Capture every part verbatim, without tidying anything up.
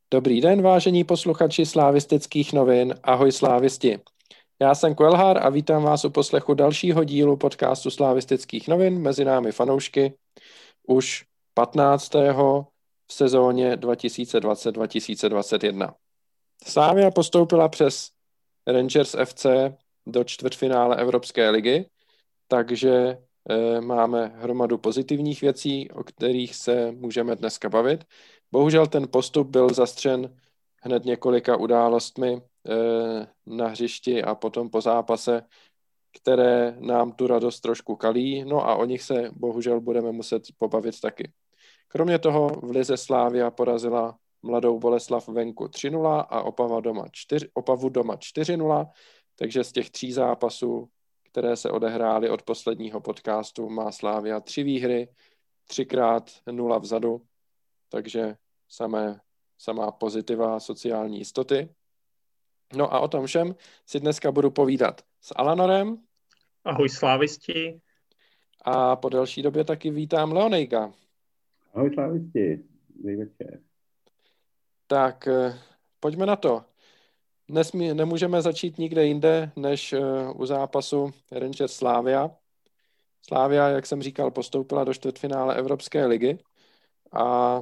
Dobrý den, vážení posluchači slávistických novin. Ahoj slávisti. Já jsem Kvelhár a vítám vás u poslechu dalšího dílu podcastu slávistických novin mezi námi fanoušky. Už patnáctého v sezóně dva tisíce dvacet dva tisíce dvacet jedna. Slavia postoupila přes Rangers F C do čtvrtfinále Evropské ligy, takže e, máme hromadu pozitivních věcí, o kterých se můžeme dneska bavit. Bohužel ten postup byl zastřen hned několika událostmi e, na hřišti a potom po zápase, které nám tu radost trošku kalí, no a o nich se bohužel budeme muset pobavit taky. Kromě toho v lize Slavia porazila Mladou Boleslav venku tři nula a Opava doma čtyři, Opavu doma čtyři nula, takže z těch tří zápasů, které se odehrály od posledního podcastu, má Slavia tři výhry, třikrát nula vzadu, takže samé, samá pozitiva sociální jistoty. No a o tom všem si dneska budu povídat s Alanorem. Ahoj slávisti. A po delší době taky vítám Leonejka. Ahoj slávisti, dobrý večer. Tak pojďme na to. Dnes nemůžeme začít nikde jinde, než u zápasu Rangers Slavia. Slavia, jak jsem říkal, postoupila do čtvrtfinále Evropské ligy a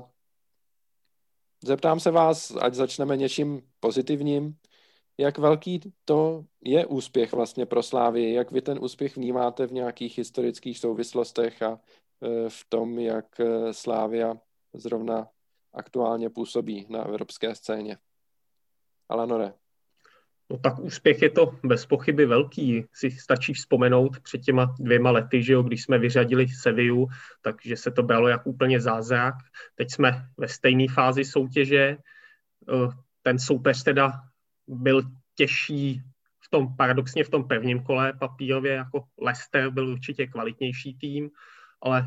zeptám se vás, ať začneme něčím pozitivním, jak velký to je úspěch vlastně pro Slavii, jak vy ten úspěch vnímáte v nějakých historických souvislostech a v tom, jak Slavia zrovna aktuálně působí na evropské scéně. Alanore. No tak úspěch je to bez pochyby velký. Si stačí vzpomenout před těma dvěma lety, že jo, když jsme vyřadili Sevillu, takže se to bralo jak úplně zázrak. Teď jsme ve stejné fázi soutěže. Ten soupeř teda byl těžší v tom, paradoxně v tom prvním kole papírově, jako Leicester byl určitě kvalitnější tým, ale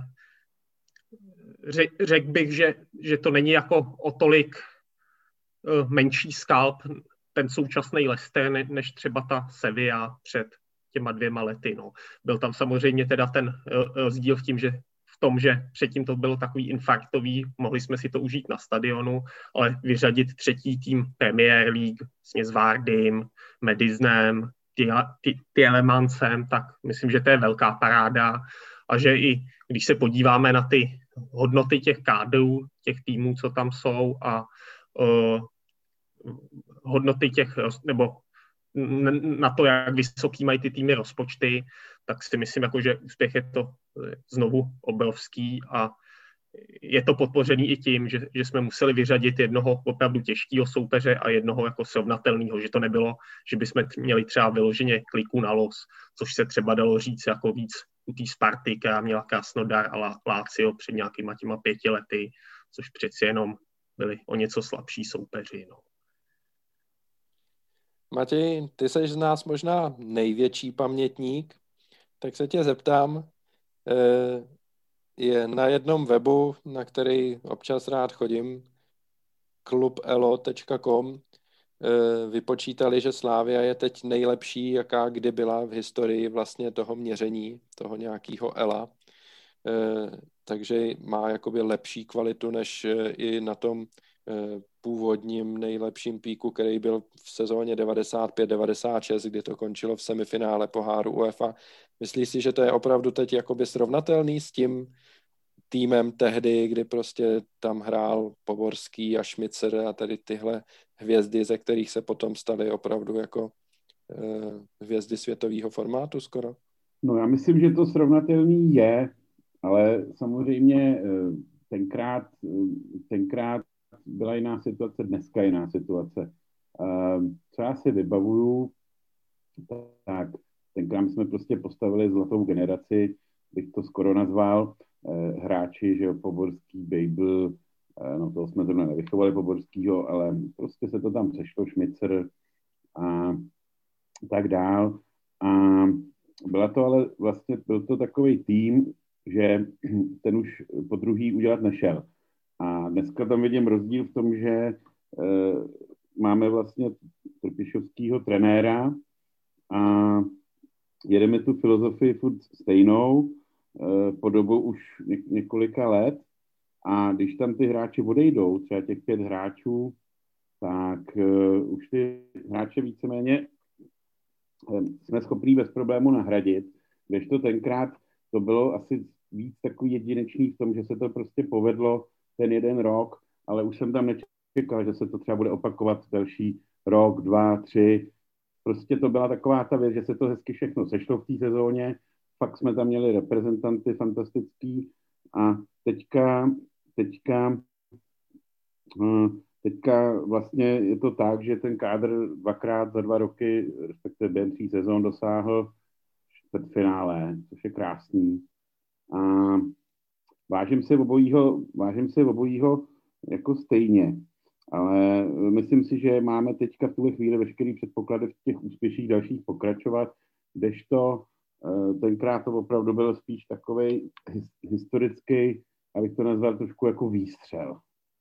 řekl bych, že, že to není jako o tolik menší skalp ten současný Leicester, než třeba ta Sevilla před těma dvěma lety. No. Byl tam samozřejmě teda ten rozdíl v, tím, že, v tom, že předtím to bylo takový infarktový, mohli jsme si to užít na stadionu, ale vyřadit třetí tým Premier League s Vardym, Madisnem, Tielemansem, tak myslím, že to je velká paráda a že i když se podíváme na ty hodnoty těch kádrů, těch týmů, co tam jsou a uh, hodnoty těch, nebo na to, jak vysoký mají ty týmy rozpočty, tak si myslím, jako, že úspěch je to znovu obrovský a je to podpořený i tím, že, že jsme museli vyřadit jednoho opravdu těžkého soupeře a jednoho jako srovnatelného, že to nebylo, že bychom měli třeba vyloženě kliku na los, což se třeba dalo říct jako víc u té Sparty, která měla Krasnodar a Lazio před nějakýma těma pěti lety, což přeci jenom byli o něco slabší soupeři. No. Matěj, ty seš z nás možná největší pamětník, tak se tě zeptám, je na jednom webu, na který občas rád chodím, klub elo tečka com, vypočítali, že Slavia je teď nejlepší, jaká kdy byla v historii vlastně toho měření, toho nějakého ela. Takže má jakoby lepší kvalitu než i na tom původním nejlepším píku, který byl v sezóně devadesát pět devadesát šest, kdy to končilo v semifinále poháru UEFA. Myslíš si, že to je opravdu teď jakoby srovnatelný s tím týmem tehdy, kdy prostě tam hrál Poborský a Šmicer a tady tyhle hvězdy, ze kterých se potom staly opravdu jako eh, hvězdy světového formátu skoro? No já myslím, že to srovnatelný je, ale samozřejmě tenkrát, tenkrát byla jiná situace, dneska jiná situace. Co já si vybavuju, tak tenkrát jsme prostě postavili zlatou generaci, bych to skoro nazval, hráči, že jo, Poborský, Bejbl, no toho jsme zrovna nevychovali Poborskýho, ale prostě se to tam přešlo, Šmicer a tak dál. A byla to ale vlastně, byl to takový tým, že ten už po druhý udělat nešel. A dneska tam vidím rozdíl v tom, že e, máme vlastně Trpišovskýho trenéra a jedeme tu filozofii furt stejnou e, po dobu už ně, několika let a když tam ty hráči odejdou, třeba těch pět hráčů, tak uh, už ty hráče víceméně um, jsme schopní bez problému nahradit, kdežto tenkrát to bylo asi víc takový jedinečný v tom, že se to prostě povedlo ten jeden rok, ale už jsem tam nečekal, že se to třeba bude opakovat další rok, dva, tři. Prostě to byla taková ta věc, že se to hezky všechno sešlo v té sezóně. Fakt jsme tam měli reprezentanty fantastický a teďka, teďka, teďka vlastně je to tak, že ten kádr dvakrát za dva roky, respektive během tří sezón dosáhl čtvrtfinále, což je krásný. A vážím si obojího, vážím si obojího jako stejně, ale myslím si, že máme teďka v tuhle chvíli veškerý předpoklady v těch úspěších dalších pokračovat, kdežto tenkrát to opravdu byl spíš takovej historický, abych to nazval trošku jako výstřel.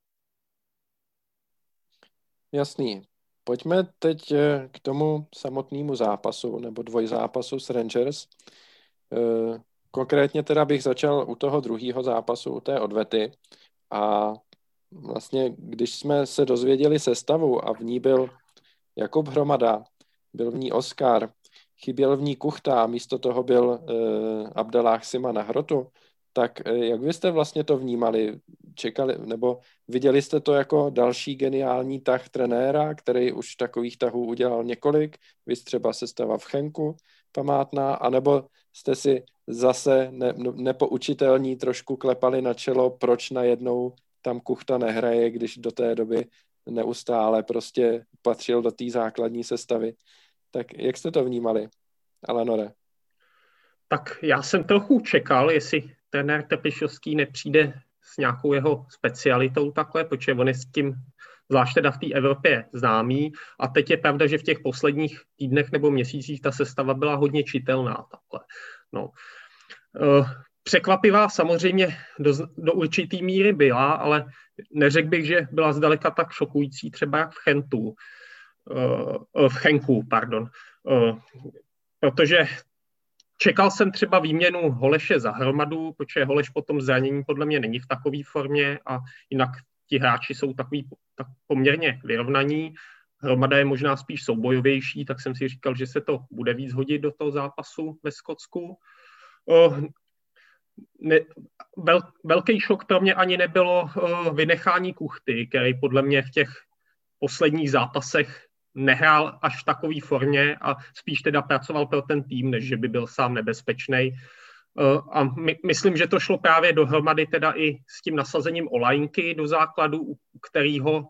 Jasný. Pojďme teď k tomu samotnému zápasu, nebo dvojzápasu s Rangers. Konkrétně teda bych začal u toho druhého zápasu, u té odvety. A vlastně, když jsme se dozvěděli sestavu a v ní byl Jakub Hromada, byl v ní Oskar, chyběl v ní Kuchta a místo toho byl uh, Abdelách Sima na hrotu, tak uh, jak vy jste vlastně to vnímali? Čekali, nebo viděli jste to jako další geniální tah trenéra, který už takových tahů udělal několik, vy třeba sestava v Chenku památná, anebo jste si zase ne, nepoučitelní trošku klepali na čelo, proč najednou tam Kuchta nehraje, když do té doby neustále prostě patřil do té základní sestavy. Tak jak jste to vnímali, Alanore? Tak já jsem trochu čekal, jestli trenér Trpišovský nepřijde s nějakou jeho specialitou takhle, protože on je s tím, zvlášť teda v té Evropě, známý. A teď je pravda, že v těch posledních týdnech nebo měsících ta sestava byla hodně čitelná takhle. No. Překvapivá samozřejmě do, do určitý míry byla, ale neřekl bych, že byla zdaleka tak šokující třeba jak v Chentu. V Chenku, pardon. Protože čekal jsem třeba výměnu Holeše za Hromadu, protože Holeš po tom zranění podle mě není v takové formě a jinak ti hráči jsou takový tak poměrně vyrovnaní. Hromada je možná spíš soubojovější, tak jsem si říkal, že se to bude víc hodit do toho zápasu ve Skotsku. Ne, vel, velký šok pro mě ani nebylo vynechání Kuchty, který podle mě v těch posledních zápasech nehrál až v takové formě a spíš teda pracoval pro ten tým, než že by byl sám nebezpečný. A my, myslím, že to šlo právě dohromady teda i s tím nasazením Olajnky do základu, u kterého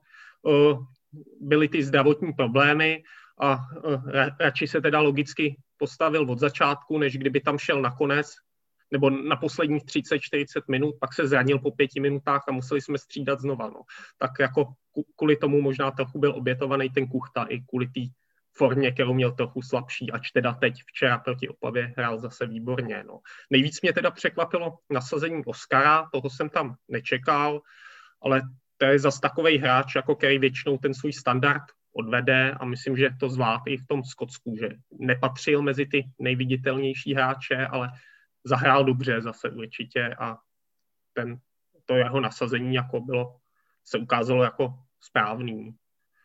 byly ty zdravotní problémy a radši se teda logicky postavil od začátku, než kdyby tam šel nakonec, nebo na posledních třicet čtyřicet minut, pak se zranil po pěti minutách a museli jsme střídat znova. No. Tak jako kvůli tomu možná trochu byl obětovaný ten Kuchta i kvůli té formě, kterou měl trochu slabší, ač teda teď včera proti Opavě hrál zase výborně. No. Nejvíc mě teda překvapilo nasazení Oskara, toho jsem tam nečekal, ale to je zase takovej hráč, jako který většinou ten svůj standard odvede a myslím, že to zvládl i v tom Skotsku, že nepatřil mezi ty nejviditelnější hráče, ale zahrál dobře zase určitě a ten, to jeho nasazení jako bylo, se ukázalo jako správný.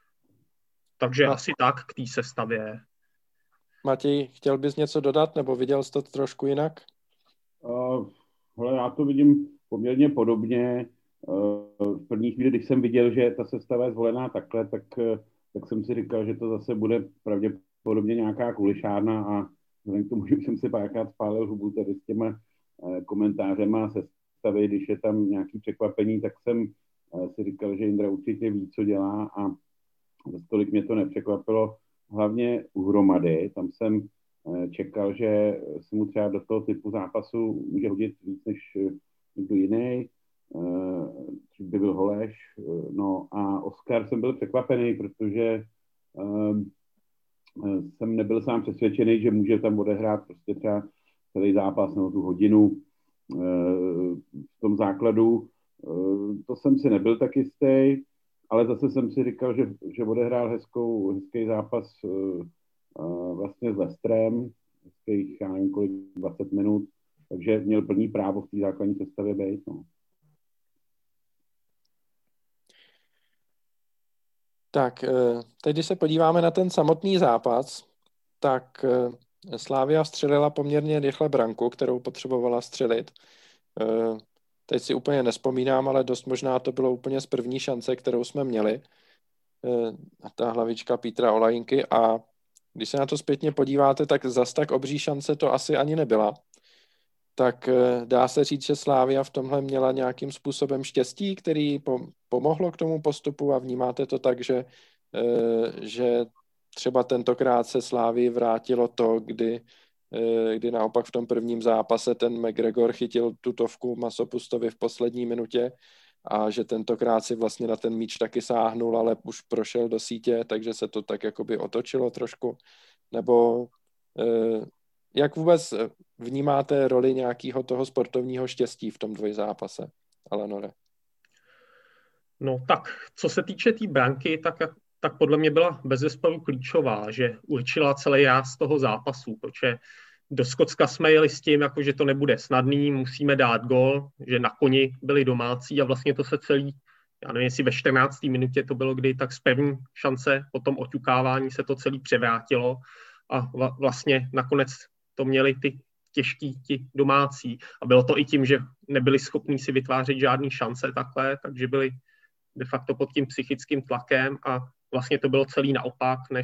Takže a asi tak k té sestavě. Matěj, chtěl bys něco dodat, nebo viděl jsi to trošku jinak? Uh, hele, já to vidím poměrně podobně. Uh, v první chvíli, když jsem viděl, že ta sestava je zvolená takhle, tak, tak jsem si říkal, že to zase bude pravděpodobně nějaká kulišárna a vzhledem k tomu, že jsem si párkrát spálil hubu tady s těma uh, komentářema sestavy, když je tam nějaký překvapení, tak jsem uh, si říkal, že Jindra určitě ví, co dělá a zase tolik mě to nepřekvapilo. Hlavně u Hromady, tam jsem uh, čekal, že se mu třeba do toho typu zápasu může hodit víc než uh, někdo jiný. Uh, by byl Holeš. Uh, no a Oskar jsem byl překvapený, protože uh, jsem nebyl sám přesvědčený, že může tam odehrát prostě třeba celý zápas nebo tu hodinu uh, v tom základu. Uh, to jsem si nebyl tak jistý, ale zase jsem si říkal, že, že odehrál hezkou, hezký zápas uh, uh, vlastně s Lestrem, hezkých, já nevím kolik, dvacet minut, takže měl plný právo v té základní sestavě být. No. Tak, teď když se podíváme na ten samotný zápas, tak Slavia vstřelila poměrně rychle branku, kterou potřebovala střelit. Teď si úplně nespomínám, ale dost možná to bylo úplně z první šance, kterou jsme měli. Ta hlavička Petra Olajinky, a když se na to zpětně podíváte, tak zas tak obří šance to asi ani nebyla. Tak dá se říct, že Slavia v tomhle měla nějakým způsobem štěstí, který pomohlo k tomu postupu, a vnímáte to tak, že, že třeba tentokrát se Slavii vrátilo to, kdy, kdy naopak v tom prvním zápase ten McGregor chytil tutovku Masopustovi v poslední minutě a že tentokrát si vlastně na ten míč taky sáhnul, ale už prošel do sítě, takže se to tak jakoby otočilo trošku. Nebo jak vůbec vnímáte roli nějakého toho sportovního štěstí v tom dvojzápase, Alanore? No tak, co se týče té tý branky, tak, tak podle mě byla bezesporu klíčová, že určila celý ráz toho zápasu, protože do Skotska jsme jeli s tím, jako že to nebude snadný, musíme dát gól, že na koni byli domácí a vlastně to se celý, já nevím, jestli ve čtrnácté minutě to bylo kdy, tak z první šance po tom oťukávání se to celý převrátilo a vlastně nakonec to měli ty těžký ti domácí. A bylo to i tím, že nebyli schopní si vytvářet žádný šance takhle, takže byli de facto pod tím psychickým tlakem a vlastně to bylo celý naopak, než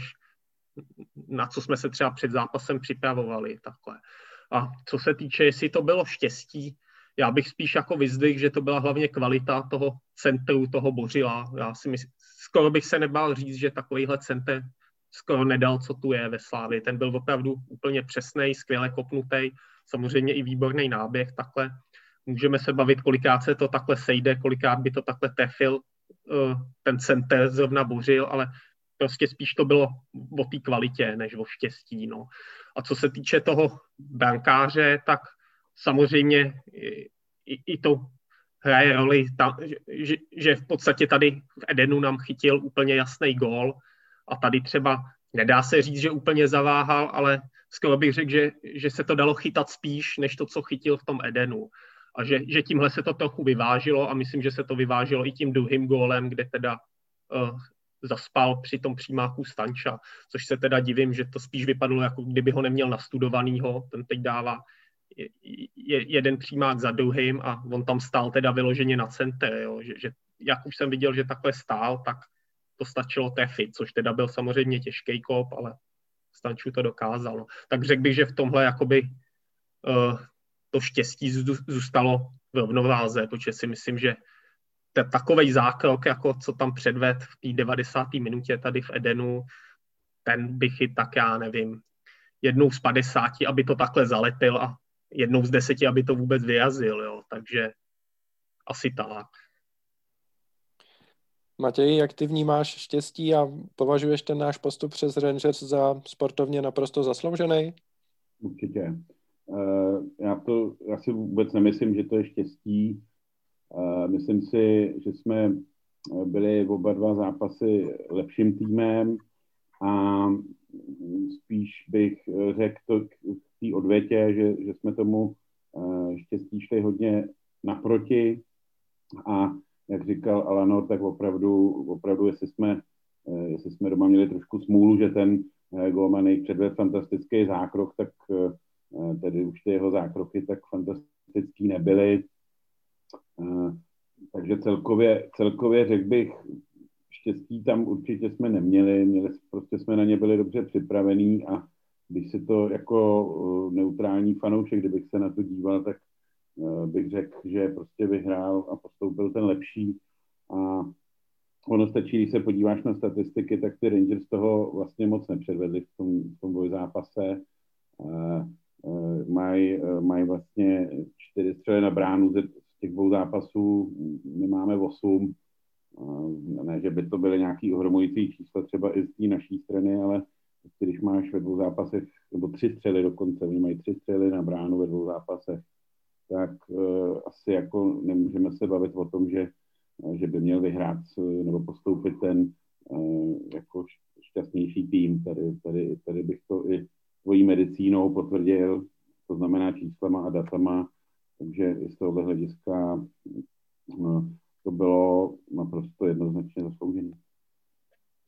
na co jsme se třeba před zápasem připravovali takhle. A co se týče, jestli to bylo štěstí, já bych spíš jako vyzdvihl, že to byla hlavně kvalita toho centru, toho Bořila. Já si myslím, skoro bych se nebál říct, že takovýhle center skoro nedal, co tu je ve Slávii. Ten byl opravdu úplně přesnej, skvěle kopnutý, samozřejmě i výborný náběh takhle. Můžeme se bavit, kolikrát se to takhle sejde, kolikrát by to takhle trefil ten center zrovna Bořil, ale prostě spíš to bylo o té kvalitě, než o štěstí. No. A co se týče toho brankáře, tak samozřejmě i, i to hraje roli, ta, že, že v podstatě tady v Edenu nám chytil úplně jasný gól a tady třeba nedá se říct, že úplně zaváhal, ale skoro bych řekl, že, že se to dalo chytat spíš, než to, co chytil v tom Edenu. A že, že tímhle se to trochu vyvážilo a myslím, že se to vyvážilo i tím druhým gólem, kde teda uh, zaspal při tom přímáku Stanča, což se teda divím, že to spíš vypadalo, jako kdyby ho neměl nastudovanýho, ten teď dává je, je, jeden přímák za druhým a on tam stál teda vyloženě na center, jo, že, že jak už jsem viděl, že takhle stál, tak to stačilo trefit, což teda byl samozřejmě těžký kop, ale Stanču to dokázal. No. Tak řekl bych, že v tomhle jakoby uh, to štěstí zůstalo v rovnováze, protože si myslím, že takovej zákrok, jako co tam předved v té devadesáté minutě tady v Edenu, ten bych i tak, já nevím, jednou z padesáti, aby to takhle zaletil a jednou z deseti, aby to vůbec vyjazil, jo. Takže asi tak. Matěj, jak ty vnímáš štěstí a považuješ ten náš postup přes Rangers za sportovně naprosto zasloužený? Určitě. Uh, já, to, já si vůbec nemyslím, že to je štěstí. Uh, myslím si, že jsme byli v oba dva zápasy lepším týmem a spíš bych řekl to k té odvětě, že, že jsme tomu uh, štěstí šli hodně naproti a jak říkal Alanor, tak opravdu, opravdu jestli, jsme, uh, jestli jsme doma měli trošku smůlu, že ten uh, golman předvedl fantastický zákrok, tak uh, tedy už ty jeho zákroky tak fantastický nebyly. Takže celkově, celkově řekl bych, štěstí tam určitě jsme neměli, měli, prostě jsme na ně byli dobře připravení a když si to jako neutrální fanoušek, kdybych se na to díval, tak bych řekl, že prostě vyhrál a postoupil ten lepší. A ono stačí, když se podíváš na statistiky, tak ty Rangers toho vlastně moc nepředvedli v tom, v tom bojzápase. Mají maj vlastně čtyři střely na bránu z těch dvou zápasů, my máme osm. Ne, že by to byly nějaký ohromující čísla třeba i z té naší strany, ale když máš ve dvou zápasech, nebo tři střely dokonce, oni mají tři střely na bránu ve dvou zápasech, tak uh, asi jako nemůžeme se bavit o tom, že, že by měl vyhrát nebo postoupit ten uh, jako šťastnější tým. Tady, tady, tady bych to i svojí medicínou potvrdil, to znamená číslama a datama, takže i z tohohle hlediska no, to bylo naprosto jednoznačně zasloužené.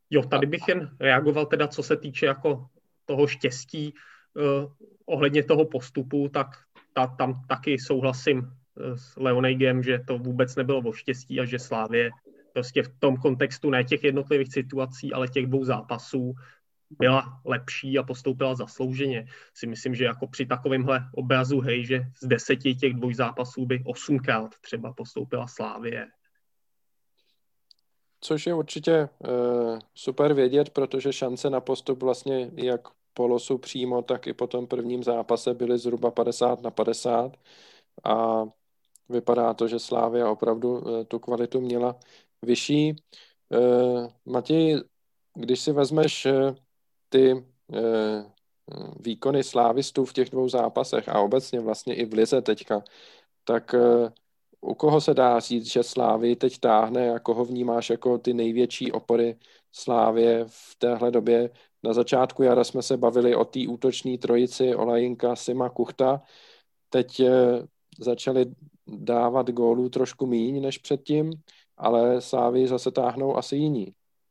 Jo, tady bych jen reagoval teda, co se týče jako toho štěstí eh, ohledně toho postupu, tak ta, tam taky souhlasím eh, s Leonigem, že to vůbec nebylo o štěstí a že Slavie prostě v tom kontextu ne těch jednotlivých situací, ale těch dvou zápasů byla lepší a postoupila zaslouženě. Si myslím, že jako při takovémhle obrazu, hej, že z deseti těch dvou zápasů by osmkrát třeba postoupila Slavie. Což je určitě uh, super vědět, protože šance na postup vlastně jak po losu přímo, tak i po tom prvním zápase byly zhruba padesát na padesát a vypadá to, že Slavia opravdu uh, tu kvalitu měla vyšší. Uh, Matěj, když si vezmeš uh, ty uh, výkony slávistů v těch dvou zápasech a obecně vlastně i v lize teďka, tak uh, u koho se dá říct, že Slávii teď táhne a koho vnímáš jako ty největší opory Slávie v téhle době? Na začátku jara jsme se bavili o té útoční trojici Olajinka, Sima, Kuchta. Teď začali dávat gólů trošku míň než předtím, ale Slávii zase táhnou asi jiní.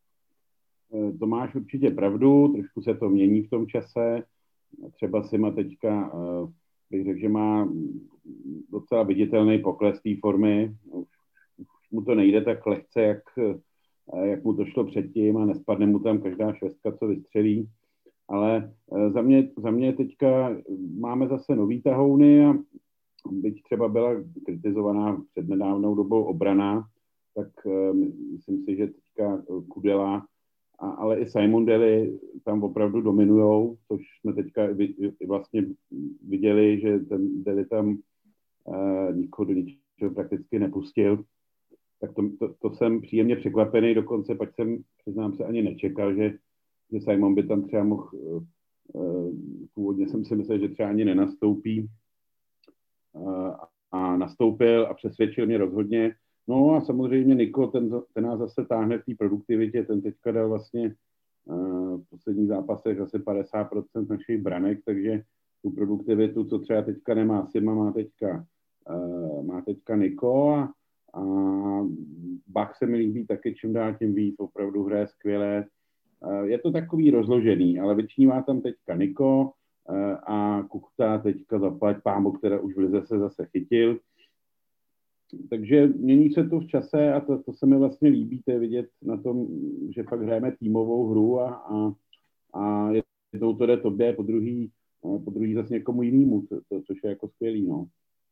To máš určitě pravdu, trošku se to mění v tom čase. Třeba Sima teďka, bych řekl, že má docela viditelný pokles té formy. Už, už mu to nejde tak lehce, jak, jak mu to šlo předtím a nespadne mu tam každá švestka, co vystřelí. Ale za mě, za mě teďka máme zase nový tahouny a byť třeba byla kritizovaná před nedávnou dobou obrana, tak myslím si, že teďka Kudela, a, ale i Simon Daly tam opravdu dominujou, což jsme teďka vlastně viděli, že ten Daly tam uh, nikoho do ničeho prakticky nepustil. Tak to, to, to jsem příjemně překvapený, dokonce pak jsem, přiznám se, ani nečekal, že, že Simon by tam třeba mohl, uh, původně jsem si myslel, že třeba ani nenastoupí uh, a nastoupil a přesvědčil mě rozhodně. No a samozřejmě Niko, ten, ten nás zase táhne v té produktivitě, ten teďka dal vlastně uh, v posledních zápasech zase padesát procent našich branek, takže tu produktivitu, co třeba teďka nemá Sima, má teďka, uh, má teďka Niko a, a Bach se mi líbí taky čím dál tím víc, opravdu hraje skvěle. Uh, je to takový rozložený, ale vyčnívá tam teďka Niko uh, a Kuchta teďka zaplať pámu, která už v lize se zase chytil. Takže mění se to v čase a to, to se mi vlastně líbí, to je vidět na tom, že fakt hrajeme týmovou hru a, a, a jednou to jde tobě, po druhý, po druhý zase někomu jinému, to, to, což je jako skvělý, no.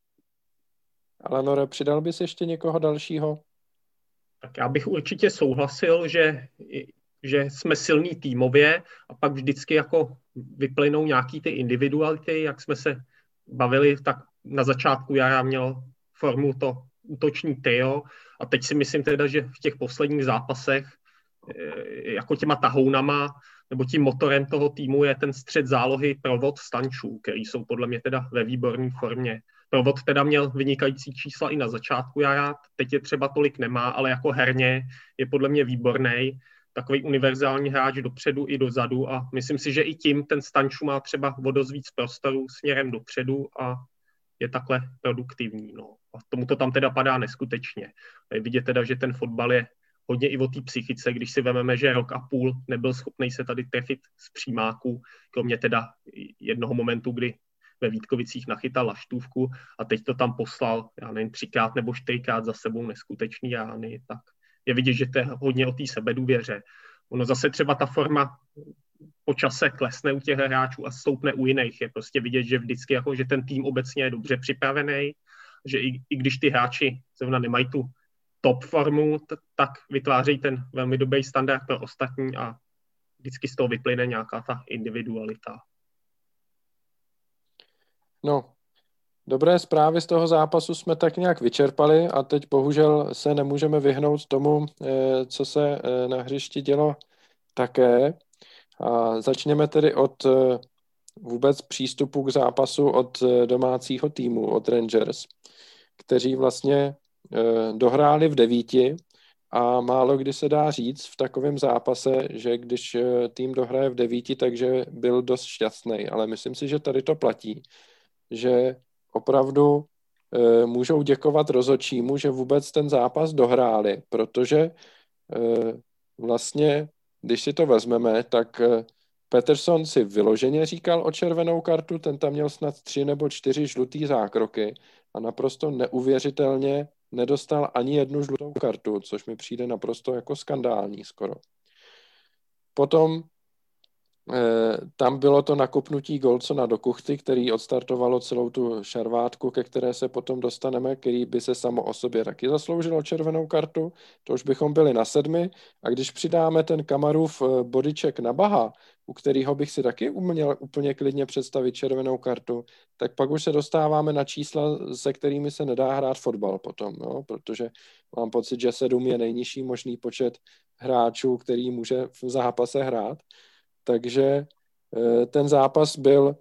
Ale Nore, přidal bys ještě někoho dalšího? Tak já bych určitě souhlasil, že, že jsme silní týmově a pak vždycky jako vyplynou nějaký ty individuality, jak jsme se bavili, tak na začátku jara měl formu to útoční trio a teď si myslím teda, že v těch posledních zápasech jako těma tahounama nebo tím motorem toho týmu je ten střed zálohy Provod Stančů, který jsou podle mě teda ve výborné formě. Provod teda měl vynikající čísla i na začátku jara, teď je třeba tolik nemá, ale jako herně je podle mě výborný, takový univerzální hráč dopředu i dozadu a myslím si, že i tím ten Stančů má třeba o dost víc prostoru směrem dopředu a je takhle produktivní. No. A tomu to tam teda padá neskutečně. A je vidět teda, že ten fotbal je hodně i o té psychice, když si vememe, že rok a půl nebyl schopný se tady trefit z přímáků, kromě teda jednoho momentu, kdy ve Vítkovicích nachytal laštůvku a teď to tam poslal, já nevím, třikrát nebo čtyřikrát za sebou neskutečný rány, tak je vidět, že to je hodně o té sebedůvěře. Ono zase třeba ta forma po čase klesne u těch hráčů a stoupne u jiných. Je prostě vidět, že vždycky jako, že ten tým obecně je dobře připravený, že i, i když ty hráči zrovna nemají tu top formu, t- tak vytvářejí ten velmi dobrý standard pro ostatní a vždycky z toho vyplyne nějaká ta individualita. No, dobré zprávy z toho zápasu jsme tak nějak vyčerpali a teď bohužel se nemůžeme vyhnout tomu, co se na hřišti dělo také. A začněme tedy od vůbec přístupu k zápasu od domácího týmu, od Rangers, kteří vlastně dohráli v devíti a málo kdy se dá říct v takovém zápase, že když tým dohraje v devíti, takže byl dost šťastný, ale myslím si, že tady to platí, že opravdu můžou děkovat rozhodčímu, že vůbec ten zápas dohráli, protože vlastně když si to vezmeme, tak Peterson si vyloženě říkal o červenou kartu, ten tam měl snad tři nebo čtyři žlutý zákroky a naprosto neuvěřitelně nedostal ani jednu žlutou kartu, což mi přijde naprosto jako skandální skoro. Potom eh, tam bylo to nakopnutí Goldsona do kuchty, který odstartovalo celou tu šarvátku, ke které se potom dostaneme, který by se samo o sobě taky zasloužilo červenou kartu. To už bychom byli na sedmi. A když přidáme ten Kamarův bodyček na Baha, u kterého bych si taky uměl úplně klidně představit červenou kartu, tak pak už se dostáváme na čísla, se kterými se nedá hrát fotbal potom, jo? Protože mám pocit, že sedm je nejnižší možný počet hráčů, který může v zápase hrát. Takže ten zápas byl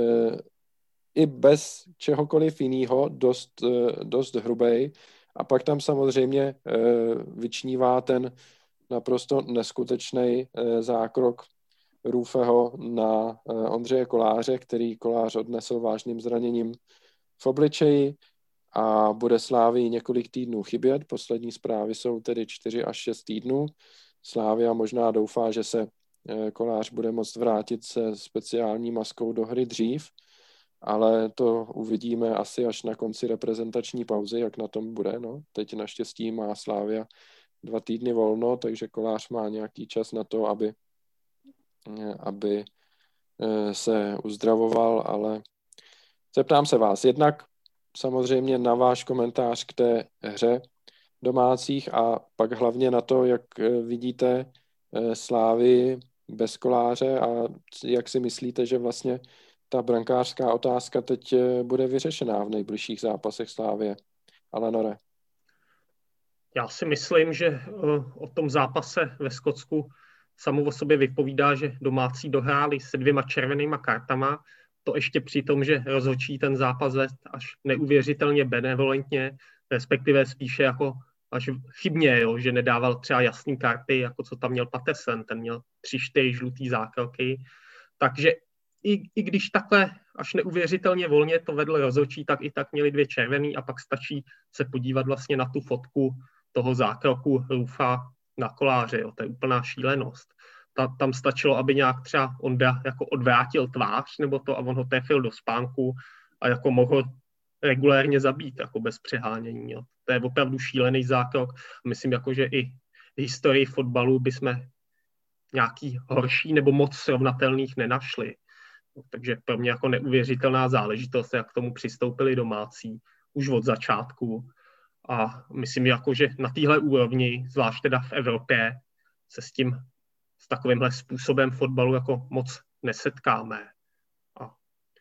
i bez čehokoliv jiného dost, dost hrubej. A pak tam samozřejmě vyčnívá ten naprosto neskutečný zákrok Růfeho na Ondřeje Koláře, který Kolář odnesl vážným zraněním v obličeji a bude Slávii několik týdnů chybět. Poslední zprávy jsou tedy čtyři až šest týdnů. Slávia možná doufá, že se Kolář bude moct vrátit se speciální maskou do hry dřív, ale to uvidíme asi až na konci reprezentační pauzy, jak na tom bude. No. Teď naštěstí má Slavia dva týdny volno, takže Kolář má nějaký čas na to, aby, aby se uzdravoval, ale zeptám se vás jednak samozřejmě na váš komentář k té hře domácích a pak hlavně na to, jak vidíte Slávii bez Koláře a jak si myslíte, že vlastně ta brankářská otázka teď bude vyřešená v nejbližších zápasech Slávie. Alenore. Já si myslím, že o tom zápase ve Skotsku samo o sobě vypovídá, že domácí dohráli se dvěma červenýma kartama. To ještě při tom, že rozhodčí ten zápas vést až neuvěřitelně benevolentně, respektive spíše jako až chybně, jo, že nedával třeba jasný karty, jako co tam měl Patterson, ten měl tři, čtyři žlutý zákroky. Takže i, i když takhle až neuvěřitelně volně to vedl rozhodčí, tak i tak měli dvě červený a pak stačí se podívat vlastně na tu fotku toho zákroku Růfa na Koláře. Jo. To je úplná šílenost. Ta, tam stačilo, aby nějak třeba Onda jako odvrátil tvář nebo to a on ho trefil do spánku a jako mohl regulérně zabít, jako bez přehánění. Jo. To je opravdu šílený zákrok. Myslím, jako, že i v historii fotbalu bychom nějaký horší nebo moc srovnatelných nenašli. Takže pro mě jako neuvěřitelná záležitost, jak k tomu přistoupili domácí už od začátku. A myslím, jako, že na téhle úrovni, zvlášť teda v Evropě, se s tím, s takovýmhle způsobem fotbalu jako moc nesetkáme. A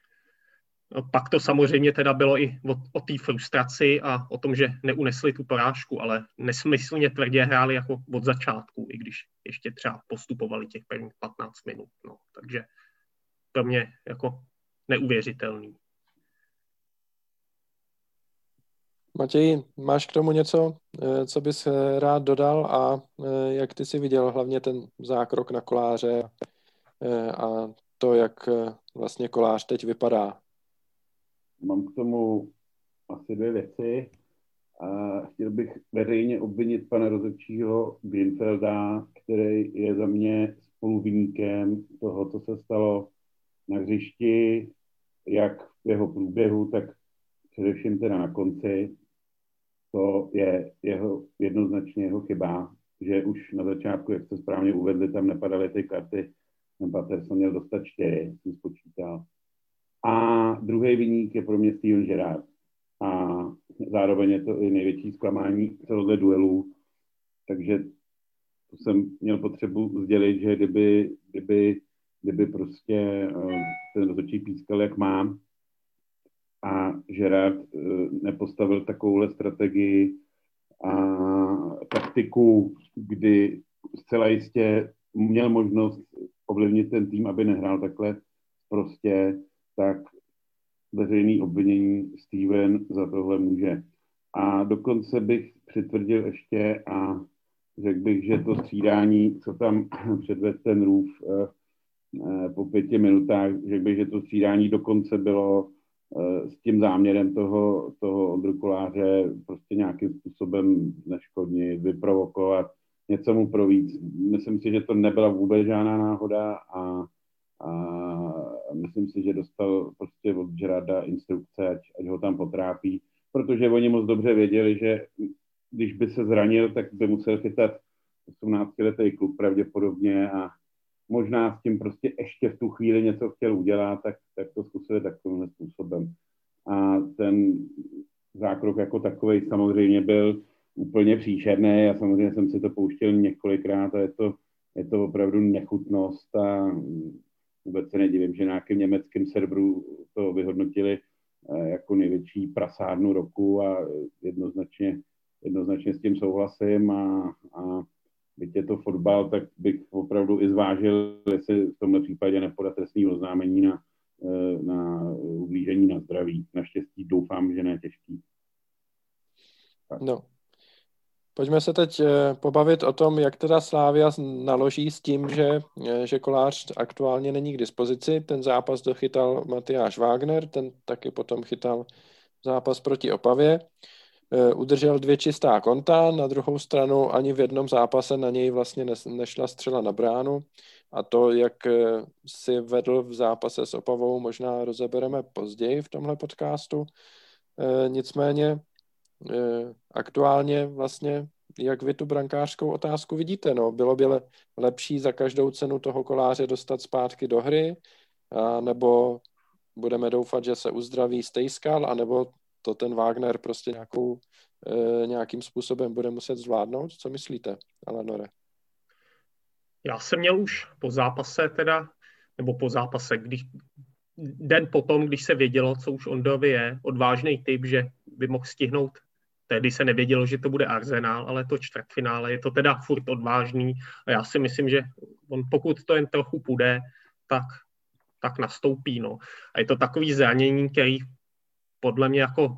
pak to samozřejmě teda bylo i o, o té frustraci a o tom, že neunesli tu porážku, ale nesmyslně tvrdě hráli jako od začátku, i když ještě třeba postupovali těch prvních patnáct minut. No. Takže pro mě jako neuvěřitelný. Matěj, máš k tomu něco, co bys rád dodal a jak ty si viděl hlavně ten zákrok na Koláře a to, jak vlastně Kolář teď vypadá? Mám k tomu asi dvě věci. A chtěl bych veřejně obvinit pana rozhodčího Greenfelda, který je za mě spoluviníkem toho, co se stalo na hřišti, jak v jeho průběhu, tak především teda na konci. To je jeho, jednoznačně jeho chyba, že už na začátku, jak jste správně uvedli, tam nepadaly ty karty, ten Patterson měl dostat čtyři, jsem spočítal. A druhý viník je pro mě Steven Gerrard. A zároveň je to i největší zklamání celého duelu. Takže to jsem měl potřebu sdělit, že kdyby, kdyby, kdyby prostě ten rozhodčí pískal, jak mám, a Gerrard nepostavil takovouhle strategii a taktiku, kdy zcela jistě měl možnost ovlivnit ten tým, aby nehrál takhle prostě, tak veřejný obvinění Steven za tohle může. A dokonce bych přitvrdil ještě a řekl bych, že to střídání, co tam předvedl ten Růf po pěti minutách, řekl bych, že to střídání dokonce bylo s tím záměrem toho, toho Ondru Koláře prostě nějakým způsobem zneškodnit, vyprovokovat, něco mu pro víc. Myslím si, že to nebyla vůbec žádná náhoda a, a myslím si, že dostal prostě od Gerarda instrukce, ať, ať ho tam potrápí, protože oni moc dobře věděli, že když by se zranil, tak by musel chytat osmnáctiletý klub pravděpodobně a možná s tím prostě ještě v tu chvíli něco chtěl udělat, tak, tak to zkusili takovým způsobem. A ten zákrok jako takovej samozřejmě byl úplně příšerný a samozřejmě jsem si to pouštěl několikrát a je to, je to opravdu nechutnost a vůbec se nedivím, že nějakým německým serveru to vyhodnotili jako největší prasárnu roku a jednoznačně, jednoznačně s tím souhlasím a, a byť je to fotbal, tak bych opravdu i zvážil, jestli v tomhle případě nepodat trestní oznámení na, na ublížení na zdraví. Naštěstí doufám, že ne těžký. Tak. No. Pojďme se teď pobavit o tom, jak teda Slavia naloží s tím, že, že Kolář aktuálně není k dispozici. Ten zápas dochytal Matyáš Wagner, ten taky potom chytal zápas proti Opavě. Udržel dvě čistá konta, na druhou stranu ani v jednom zápase na něj vlastně nešla střela na bránu a to, jak si vedl v zápase s Opavou, možná rozebereme později v tomhle podcastu. Nicméně aktuálně vlastně, jak vy tu brankářskou otázku vidíte, no, bylo by lepší za každou cenu toho Koláře dostat zpátky do hry, a nebo budeme doufat, že se uzdraví Stejskal, anebo to ten Wagner prostě nějakou, e, nějakým způsobem bude muset zvládnout. Co myslíte, Eleonore? Já jsem měl už po zápase teda, nebo po zápase, když den potom, když se vědělo, co už Ondovi je, odvážný typ, že by mohl stihnout. Tehdy se nevědělo, že to bude Arsenal, ale to čtvrtfinále je to teda furt odvážný a já si myslím, že on pokud to jen trochu půjde, tak, tak nastoupí. No. A je to takový zranění, který podle mě jako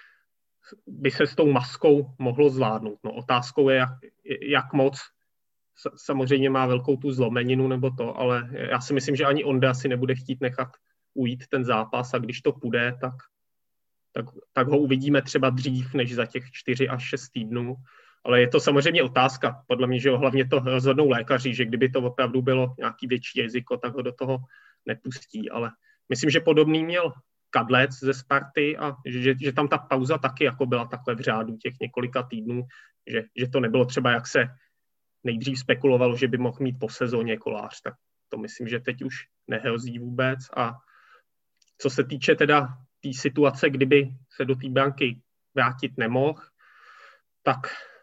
by se s tou maskou mohlo zvládnout. No, otázkou je, jak, jak moc. Samozřejmě má velkou tu zlomeninu nebo to, ale já si myslím, že ani Onda si nebude chtít nechat ujít ten zápas a když to půjde, tak, tak, tak ho uvidíme třeba dřív, než za těch čtyři až šest týdnů. Ale je to samozřejmě otázka. Podle mě, že ho hlavně to rozhodnou lékaři, že kdyby to opravdu bylo nějaký větší riziko, tak ho do toho nepustí. Ale myslím, že podobný měl Kadlec ze Sparty a že, že tam ta pauza taky jako byla takhle v řádu těch několika týdnů, že, že to nebylo třeba, jak se nejdřív spekulovalo, že by mohl mít po sezóně Kolář, tak to myslím, že teď už nehrozí vůbec. A co se týče teda té tý situace, kdyby se do té branky vrátit nemohl, tak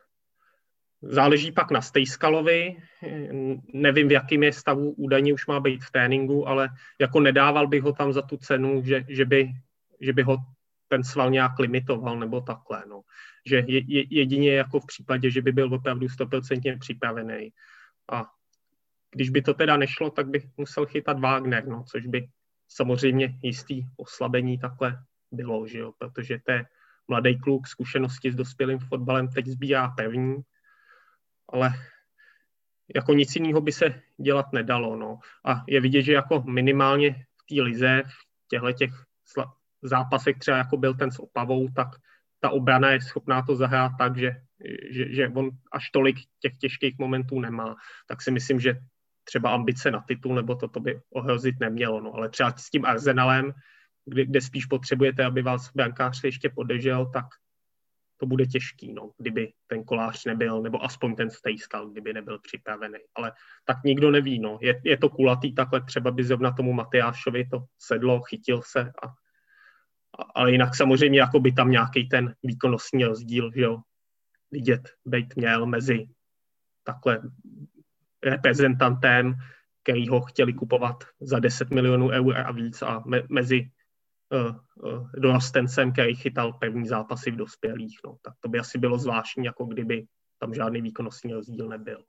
záleží pak na Stejskalovi. Nevím, v jakém je stavu, údajně už má být v tréninku, ale jako nedával bych ho tam za tu cenu, že, že, by, že by ho ten sval nějak limitoval nebo takhle. No. Že je, je, jedině jako v případě, že by byl opravdu stoprocentně připravený. A když by to teda nešlo, tak bych musel chytat Wagner, no, což by samozřejmě jistý oslabení takhle bylo, že jo, protože to je mladý kluk, zkušenosti s dospělým fotbalem teď sbírá pevní, ale jako nic jiného by se dělat nedalo. No. A je vidět, že jako minimálně v té lize, v těchto těch sla- zápasech třeba jako byl ten s Opavou, tak ta obrana je schopná to zahrát tak, že, že, že on až tolik těch těžkých momentů nemá. Tak si myslím, že třeba ambice na titul nebo toto by ohrozit nemělo. No. Ale třeba s tím Arsenalem, kde, kde spíš potřebujete, aby vás brankář ještě podržel, tak to bude těžký, no, kdyby ten Kolář nebyl, nebo aspoň ten Stejskal, kdyby nebyl připravený. Ale tak nikdo neví, no. Je, je to kulatý, takhle třeba by zrovna tomu Matyášovi to sedlo, chytil se. A, a, ale jinak samozřejmě jako by tam nějaký ten výkonnostní rozdíl, že jo, vidět být měl mezi takhle reprezentantem, který ho chtěli kupovat za deset milionů eur a víc a me, mezi Uh, uh, dorostencem, který chytal první zápasy v dospělých. No. Tak to by asi bylo zvláštní, jako kdyby tam žádný výkonnostní rozdíl nebyl.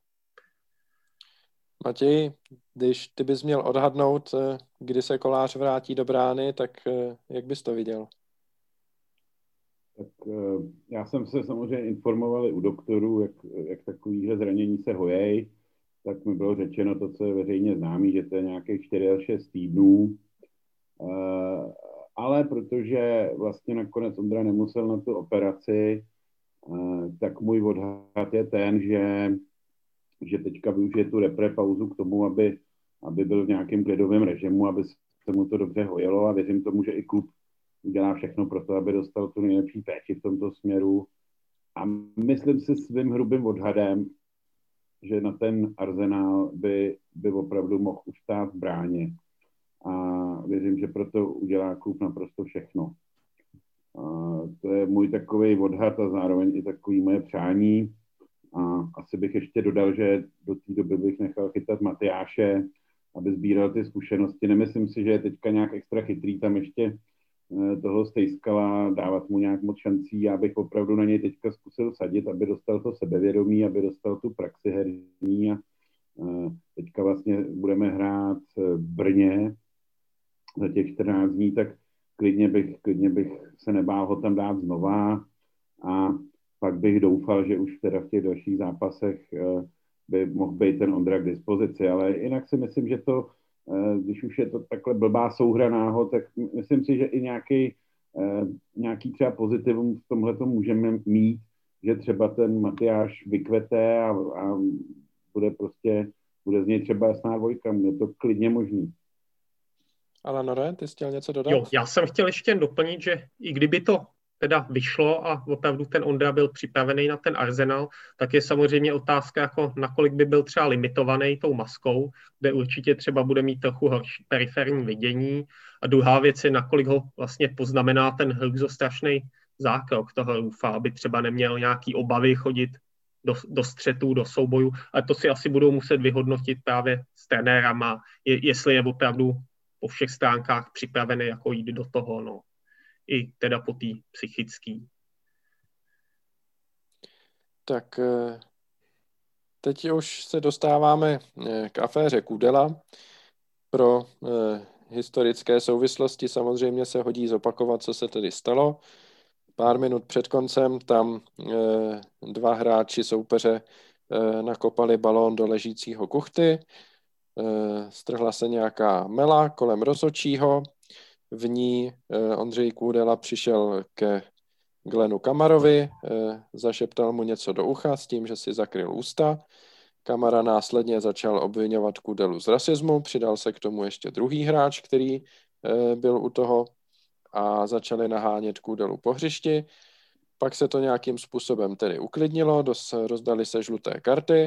Matěj, když ty bys měl odhadnout, kdy se Kolář vrátí do brány, tak jak bys to viděl? Tak já jsem se samozřejmě informoval i u doktorů, jak, jak takovýhle zranění se hojej, tak mi bylo řečeno to, co je veřejně známý, že to je nějakých čtyři až šest týdnů. Uh, ale protože vlastně nakonec Ondra nemusel na tu operaci, tak můj odhad je ten, že že teďka využije tu repre pauzu k tomu, aby, aby byl v nějakém klidovém režimu, aby se mu to dobře hojilo a věřím tomu, že i klub udělá všechno pro to, aby dostal tu nejlepší péči v tomto směru. A myslím si svým hrubým odhadem, že na ten Arsenal by, by opravdu mohl ustát v bráně. A věřím, že proto udělá klub naprosto všechno. A to je můj takový odhad a zároveň i takový moje přání. A asi bych ještě dodal, že do té doby bych nechal chytat Matyáše, aby sbíral ty zkušenosti. Nemyslím si, že je teďka nějak extra chytrý tam ještě toho stejskala, dávat mu nějak moc šancí. Já bych opravdu na něj teďka zkusil sadit, aby dostal to sebevědomí, aby dostal tu praxi herní. A teďka vlastně budeme hrát v Brně za těch čtrnáct dní, tak klidně bych, klidně bych se nebál ho tam dát znova a pak bych doufal, že už teda v těch dalších zápasech by mohl být ten Ondra k dispozici, ale jinak si myslím, že to, když už je to takhle blbá souhra náhod, tak myslím si, že i nějaký, nějaký třeba pozitivum v tomhletom můžeme mít, že třeba ten Matyáš vykvete a, a bude prostě, bude z něj třeba jasná dvojka, je to klidně možný. Ale Nore, ty jsi chtěl něco dodat? Jo, já jsem chtěl ještě doplnit, že i kdyby to teda vyšlo a opravdu ten Ondra byl připravený na ten Arsenal, tak je samozřejmě otázka, jako nakolik by byl třeba limitovaný tou maskou, kde určitě třeba bude mít trochu horší periferní vidění. A druhá věc je, nakolik ho vlastně poznamená ten hrůzostrašný zákrok toho Rufa, aby třeba neměl nějaký obavy chodit do, do střetů, do soubojů. Ale to si asi budou muset vyhodnotit právě s trenérama, je, jestli je opravdu po všech stránkách připravený jako jít do toho, no. I teda po té psychický. Tak teď už se dostáváme k aféře Kudela. Pro historické souvislosti samozřejmě se hodí zopakovat, co se tedy stalo. Pár minut před koncem tam dva hráči soupeře nakopali balón do ležícího kuchty. Strhla se nějaká mela kolem rozhodčího. V ní Ondřej Kůdela přišel ke Glenu Kamarovi, zašeptal mu něco do ucha s tím, že si zakryl ústa. Kamara následně začal obvinovat Kůdelu z rasismu, přidal se k tomu ještě druhý hráč, který byl u toho a začali nahánět Kůdelu po hřišti. Pak se to nějakým způsobem tedy uklidnilo, rozdali se žluté karty,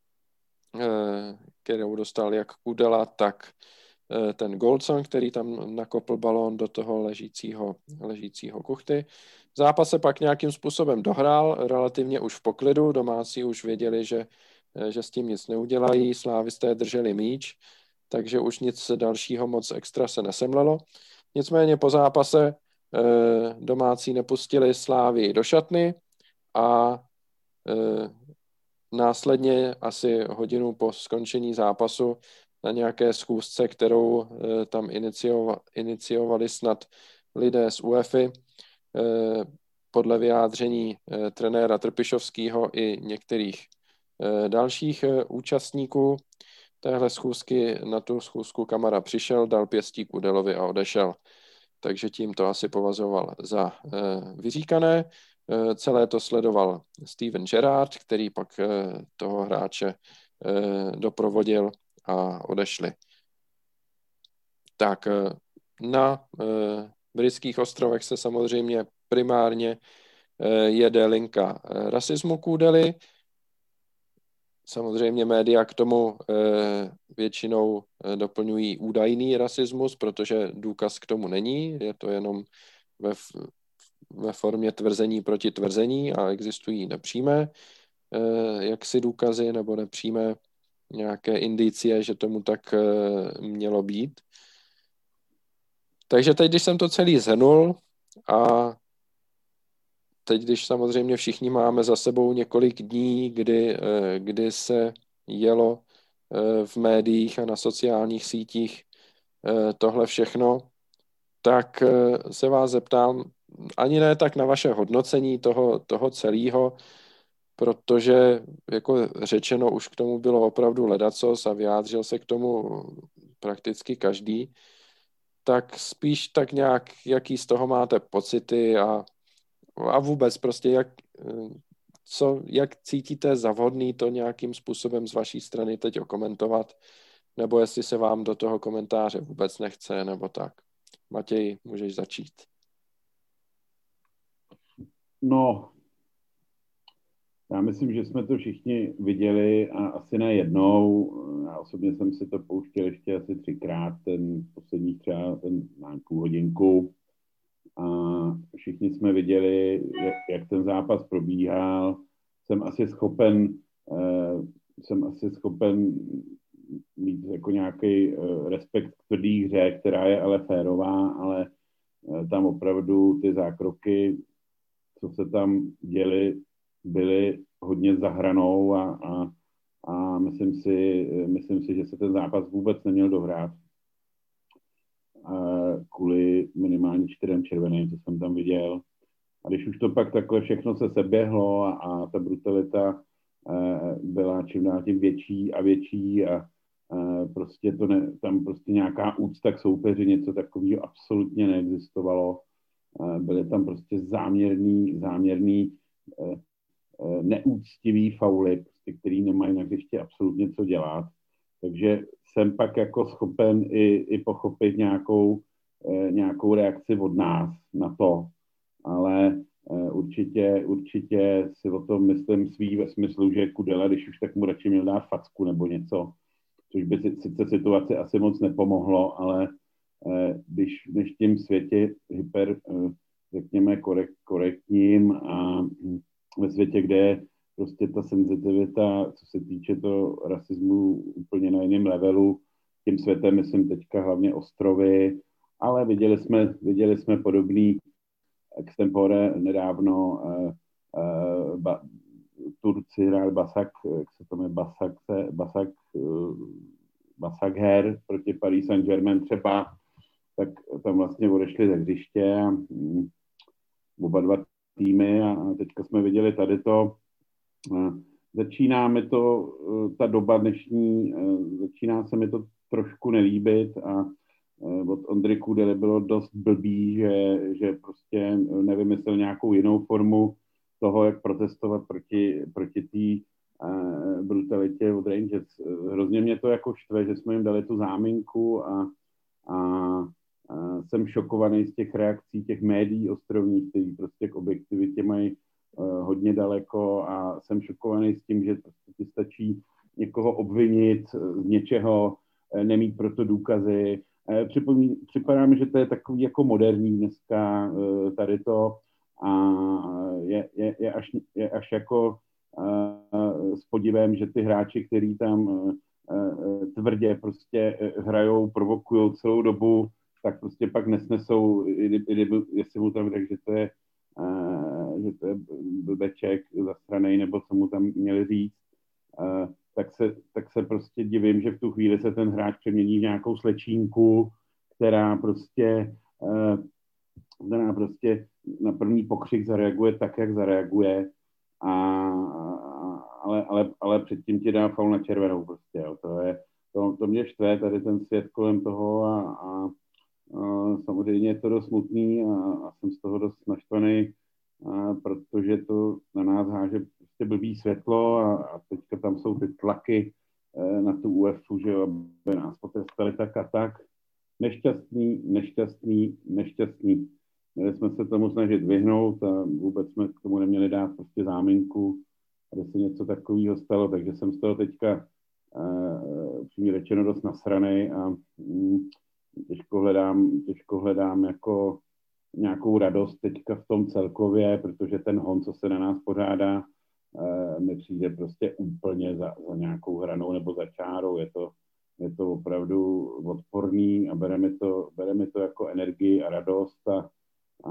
kterou dostal jak Kůdela, tak ten Goldson, který tam nakopl balón do toho ležícího, ležícího kuchty. Zápas se pak nějakým způsobem dohrál, relativně už v poklidu, domácí už věděli, že, že s tím nic neudělají, slávisté drželi míč, takže už nic dalšího moc extra se nesemlelo. Nicméně po zápase domácí nepustili Slávii do šatny a následně asi hodinu po skončení zápasu na nějaké schůzce, kterou e, tam iniciova, iniciovali snad lidé z UEFA, e, podle vyjádření e, trenéra Trpišovského i některých e, dalších e, účastníků téhle schůzky. Na tu schůzku Kamara přišel, dal pěstí Kůdelovi a odešel. Takže tím to asi považoval za e, vyříkané. E, celé to sledoval Steven Gerrard, který pak e, toho hráče e, doprovodil a odešli. Tak na e, Britských ostrovech se samozřejmě primárně e, jede linka e, rasismu Kůdely. Samozřejmě média k tomu e, většinou e, doplňují údajný rasismus, protože důkaz k tomu není, je to jenom ve, ve formě tvrzení proti tvrzení a existují nepřímé e, jaksi důkazy nebo nepřímé nějaké indicie, že tomu tak e, mělo být. Takže teď, když jsem to celý shrnul a teď, když samozřejmě všichni máme za sebou několik dní, kdy, e, kdy se jelo e, v médiích a na sociálních sítích e, tohle všechno, tak e, se vás zeptám, ani ne tak na vaše hodnocení toho, toho celého, protože jako řečeno už k tomu bylo opravdu ledacos a vyjádřil se k tomu prakticky každý, tak spíš tak nějak, jaký z toho máte pocity a, a vůbec prostě jak, co, jak cítíte za vhodný to nějakým způsobem z vaší strany teď okomentovat, nebo jestli se vám do toho komentáře vůbec nechce, nebo tak. Matěj, můžeš začít. No, já myslím, že jsme to všichni viděli a asi ne jednou. Já osobně jsem si to pouštěl ještě asi třikrát, ten poslední třeba ten půl hodinku. A všichni jsme viděli, jak, jak ten zápas probíhal. Jsem asi schopen, uh, jsem asi schopen mít jako nějaký uh, respekt k tvrdý hře, která je ale férová, ale uh, tam opravdu ty zákroky, co se tam děly, byly hodně za hranou a, a, a myslím si, myslím si, že se ten zápas vůbec neměl dohrát. Kvůli minimálně čtyřem červeným, co jsem tam viděl. A když už to pak takhle všechno se seběhlo a, a ta brutalita e, byla čím dál tím větší a větší a e, prostě to ne, tam prostě nějaká úcta k soupeři, něco takového absolutně neexistovalo. E, byly tam prostě záměrný, záměrný e, e, neúctivý fauly, prostě, který nemají na hřiště absolutně co dělat. Takže jsem pak jako schopen i, i pochopit nějakou, eh, nějakou reakci od nás na to, ale eh, určitě, určitě si o tom myslím svý ve smyslu, že Kudela, když už tak mu radši měl dát facku nebo něco, což by si, sice situaci asi moc nepomohlo, ale eh, když v dnešním světě hyper, eh, řekněme, korekt, korektním a hm, ve světě, kde je prostě ta senzitivita, co se týče to rasismu úplně na jiném levelu. Tím světem myslím teďka hlavně ostrovy, ale viděli jsme, viděli jsme podobný extempore nedávno uh, uh, ba, Turci hráli Basak, jak se to jmenuje, Basak, Basak, uh, Basak her proti Paris Saint-Germain třeba, tak tam vlastně odešli ze hřiště a um, oba dva týmy a teďka jsme viděli tady to. Začíná mi to, ta doba dnešní, začíná se mi to trošku nelíbit a od Ondry Kudely bylo dost blbý, že, že prostě nevymyslel nějakou jinou formu toho, jak protestovat proti, proti té brutalitě od Rangers. Hrozně mě to jako štve, že jsme jim dali tu záminku a, a, a jsem šokovaný z těch reakcí těch médií ostrovních, kteří prostě k objektivitě mají hodně daleko a jsem šokovaný s tím, že ti stačí někoho obvinit z něčeho, nemít proto důkazy. Připomín, připadá mi, že to je takový jako moderní dneska tady to a je, je, je, až, je až jako s podivem, že ty hráči, který tam tvrdě prostě hrajou, provokujou celou dobu, tak prostě pak nesnesou, jestli mu tam řekl, že to je Uh, že to je blbeček zasranej, nebo co mu tam měli říct, uh, tak, se, tak se prostě divím, že v tu chvíli se ten hráč přemění v nějakou slečínku, která prostě, uh, která prostě na první pokřik zareaguje tak, jak zareaguje, a, ale, ale, ale předtím ti dá faul na červenou prostě, jo. To, je, to, to mě štve, tady ten svět kolem toho a, a Uh, samozřejmě je to dost smutný a, a jsem z toho dost naštvaný, uh, protože to na nás háže prostě blbý světlo a, a teďka tam jsou ty tlaky uh, na tu UEFA, že aby nás potrestali tak a tak. Nešťastný, nešťastný, nešťastný. Měli jsme se tomu snažit vyhnout a vůbec jsme k tomu neměli dát prostě záminku, aby se něco takového stalo, takže jsem z toho teďka uh, přímě řečeno dost nasranej a um, Těžko hledám, těžko hledám jako nějakou radost teďka v tom celkově, protože ten hon, co se na nás pořádá, eh, mi přijde prostě úplně za, za nějakou hranou nebo za čárou. Je to, je to opravdu odporný a bere mi to, bere mi to jako energii a radost a, a,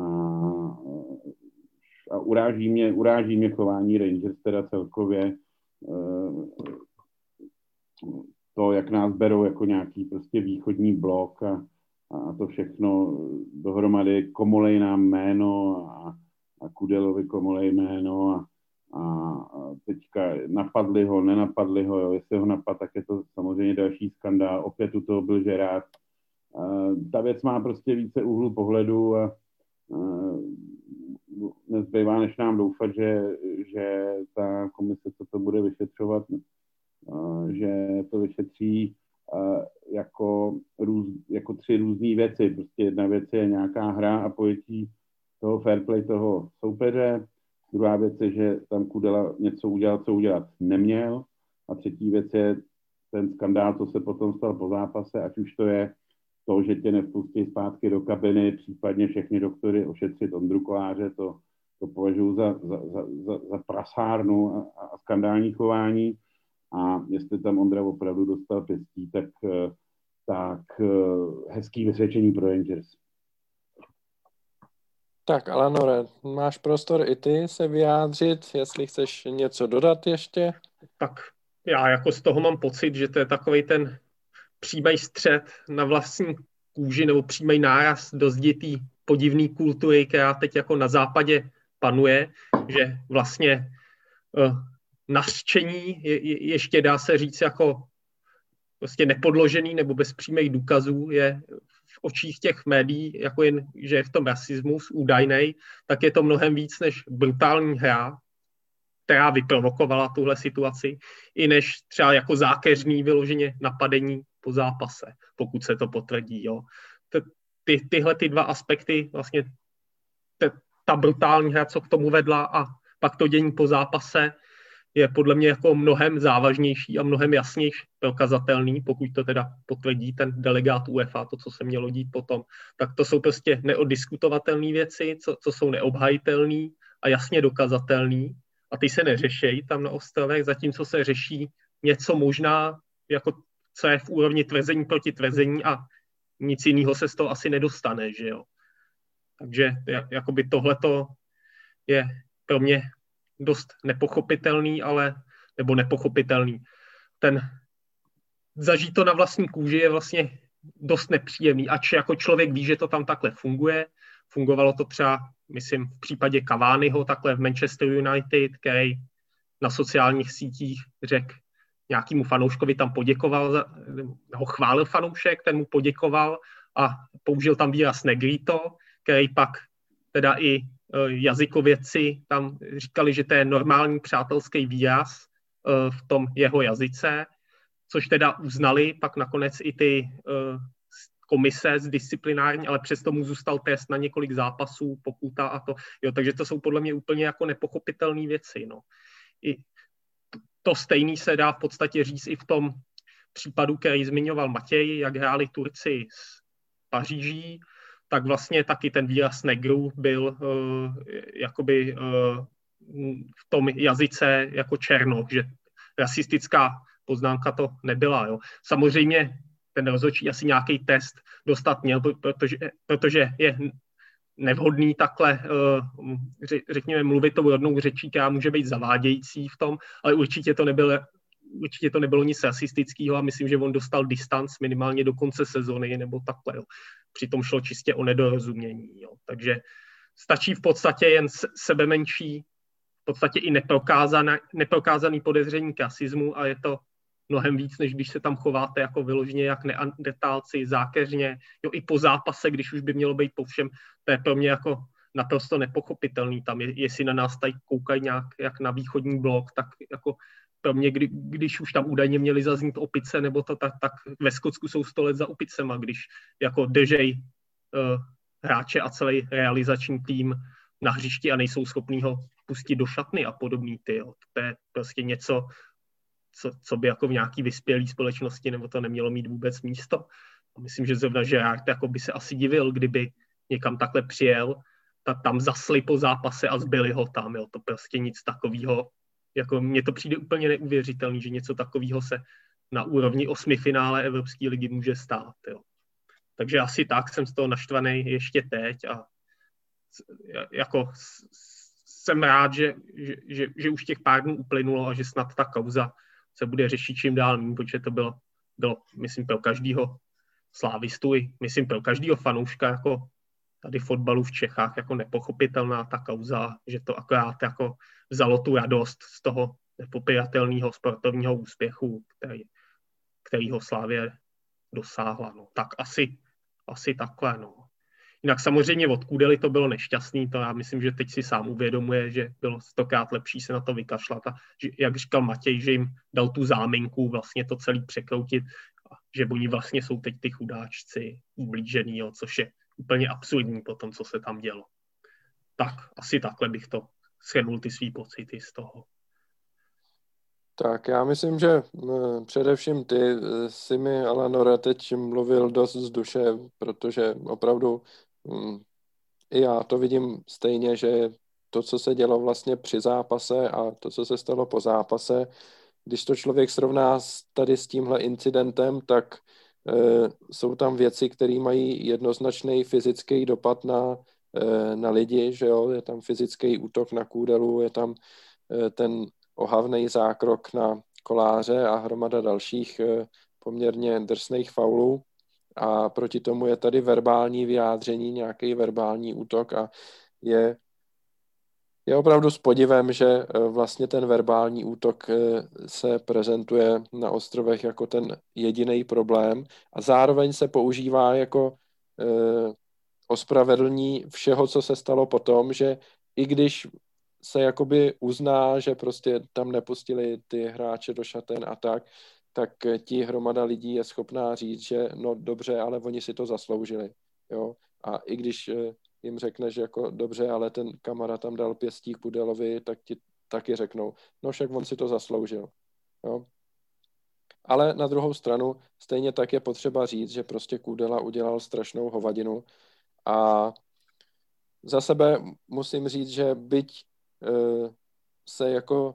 a uráží mě, uráží mě chování Rangers teda celkově. Eh, to, jak nás berou jako nějaký prostě východní blok a, a to všechno dohromady, komolej nám jméno a, a Kudelovi komolej jméno a, a, a teďka napadli ho, nenapadli ho, jo. Jestli ho napad, tak je to samozřejmě další skandál, opět u toho byl Gerard. Ta věc má prostě více úhlu pohledu a, a nezbývá, než nám doufat, že, že ta komise, co to bude vyšetřovat, že to vyšetří jako, růz, jako tři různé věci. Prostě jedna věc je nějaká hra a pojetí toho fair play toho soupeře. Druhá věc je, že tam Kudela něco udělal, co udělat neměl. A třetí věc je ten skandál, co se potom stal po zápase, ať už to je to, že tě nevpustí zpátky do kabiny, případně všechny doktory ošetřit Ondru Koláře, to, to považuji za, za, za, za, za prasárnu a, a skandální chování. A jestli tam Ondra opravdu dostal pěstí, tak, tak hezký vysvědčení pro Rangers. Tak, Alanore, máš prostor i ty se vyjádřit, jestli chceš něco dodat ještě? Tak já jako z toho mám pocit, že to je takovej ten přímý střet na vlastní kůži nebo přímý náraz do zdi té podivné kultury, která teď jako na západě panuje, že vlastně uh, nařčení je, je, ještě dá se říct jako prostě nepodložený nebo bez přímých důkazů je v očích těch médií, jako jen, že je v tom rasismus údajnej, tak je to mnohem víc než brutální hra, která vyprovokovala tuhle situaci, i než třeba jako zákeřný vyloženě napadení po zápase, pokud se to potvrdí. Jo. Ty, tyhle ty dva aspekty, vlastně te, ta brutální hra, co k tomu vedla, a pak to dění po zápase, je podle mě jako mnohem závažnější a mnohem jasnější prokazatelný, pokud to teda potvrdí ten delegát U E F A, to, co se mělo dít potom, tak to jsou prostě neodiskutovatelné věci, co, co jsou neobhajitelné a jasně dokazatelné, a ty se neřešejí tam na ostrovech, zatímco se řeší něco možná, jako co je v úrovni tvrzení proti tvrzení, a nic jiného se z toho asi nedostane, že jo. Takže jakoby tohleto je pro mě dost nepochopitelný, ale, nebo nepochopitelný. Ten zažít to na vlastní kůži je vlastně dost nepříjemný, ač jako člověk ví, že to tam takhle funguje. Fungovalo to třeba, myslím, v případě Cavaniho, takhle v Manchester United, který na sociálních sítích řekl nějakému fanouškovi, tam poděkoval, za, ho chválil fanoušek, ten mu poděkoval a použil tam výraz negrito, který pak teda i jazykovědci tam říkali, že to je normální přátelský výraz v tom jeho jazyce, což teda uznali pak nakonec i ty komise z disciplinární, ale přesto mu zůstal trest na několik zápasů, pokuta a to. Jo, takže to jsou podle mě úplně jako nepochopitelné věci. No. I to stejný se dá v podstatě říct i v tom případu, který zmiňoval Matěj, jak hráli Turci s Paříží, tak vlastně taky ten výraz negru byl uh, jakoby uh, v tom jazyce jako černoch, že rasistická poznámka to nebyla. Jo. Samozřejmě ten rozhodčí asi nějaký test dostat měl, protože, protože je nevhodný takhle, uh, řekněme, mluvit tou rodnou řečí, která může být zavádějící v tom, ale určitě to nebylo, určitě to nebylo nic rasistického a myslím, že on dostal distanc minimálně do konce sezony nebo takhle. Jo. Přitom šlo čistě o nedorozumění. Jo. Takže stačí v podstatě jen sebemenší, v podstatě i neprokázaný podezření k rasismu a je to mnohem víc, než když se tam chováte jako vyloženě jak neandertálci, zákeřně, jo, i po zápase, když už by mělo být po všem, to je pro mě jako naprosto nepochopitelný. Tam je, jestli na nás tady koukají nějak jak na východní blok, tak jako pro mě, kdy, když už tam údajně měli zaznít opice, nebo to tak, tak ve Skotsku jsou sto let za opicema, když jako držej uh, hráče a celý realizační tým na hřišti a nejsou schopní ho pustit do šatny a podobný ty. Jo. To je prostě něco, co, co by jako v nějaký vyspělý společnosti, nebo to nemělo mít vůbec místo. A myslím, že zrovna Gerard jako by se asi divil, kdyby někam takhle přijel, tak tam zasli po zápase a zbyli ho tam. Jo. To prostě nic takového. Jako mně to přijde úplně neuvěřitelný, že něco takového se na úrovni osmi finále Evropské ligy může stát. Jo. Takže asi tak jsem z toho naštvaný ještě teď a jako jsem rád, že, že, že, že už těch pár dnů uplynulo a že snad ta kauza se bude řešit čím dál méně, protože to bylo, bylo, myslím, pro každýho slávistu i myslím pro každýho fanouška jako tady fotbalu v Čechách jako nepochopitelná ta kauza, že to akorát jako vzalo tu radost z toho nepopiratelného sportovního úspěchu, který, kterýho Slavie dosáhla. No. Tak asi, asi takhle. No. Jinak samozřejmě od Kůdely to bylo nešťastný, to já myslím, že teď si sám uvědomuje, že bylo stokrát lepší se na to vykašlat a že, jak říkal Matěj, že jim dal tu záminku vlastně to celý překroutit, a že oni vlastně jsou teď ty chudáčci ublížený, jo, což je úplně absurdní po tom, co se tam dělo. Tak, asi takhle bych to shrnul ty svý pocity z toho. Tak já myslím, že především ty si mi, Eleonore, teď mluvil dost z duše, protože opravdu hm, i já to vidím stejně, že to, co se dělo vlastně při zápase a to, co se stalo po zápase, když to člověk srovná tady s tímhle incidentem, tak e, jsou tam věci, které mají jednoznačný fyzický dopad na, e, na lidi, že jo, je tam fyzický útok na Kůdelu, je tam e, ten ohavný zákrok na Koláře a hromada dalších e, poměrně drsných faulů. A proti tomu je tady verbální vyjádření, nějaký verbální útok a je, je opravdu s podivem, že vlastně ten verbální útok se prezentuje na ostrovech jako ten jediný problém a zároveň se používá jako eh, ospravedlní všeho, co se stalo potom, že i když se jakoby uzná, že prostě tam nepustili ty hráče do šaten a tak, tak ti hromada lidí je schopná říct, že no dobře, ale oni si to zasloužili. Jo? A i když jim řekneš, že jako dobře, ale ten kamarád tam dal pěstí Kůdelovi, tak ti taky řeknou, no však on si to zasloužil. Jo? Ale na druhou stranu stejně tak je potřeba říct, že prostě Kůdela udělal strašnou hovadinu a za sebe musím říct, že byť uh, se jako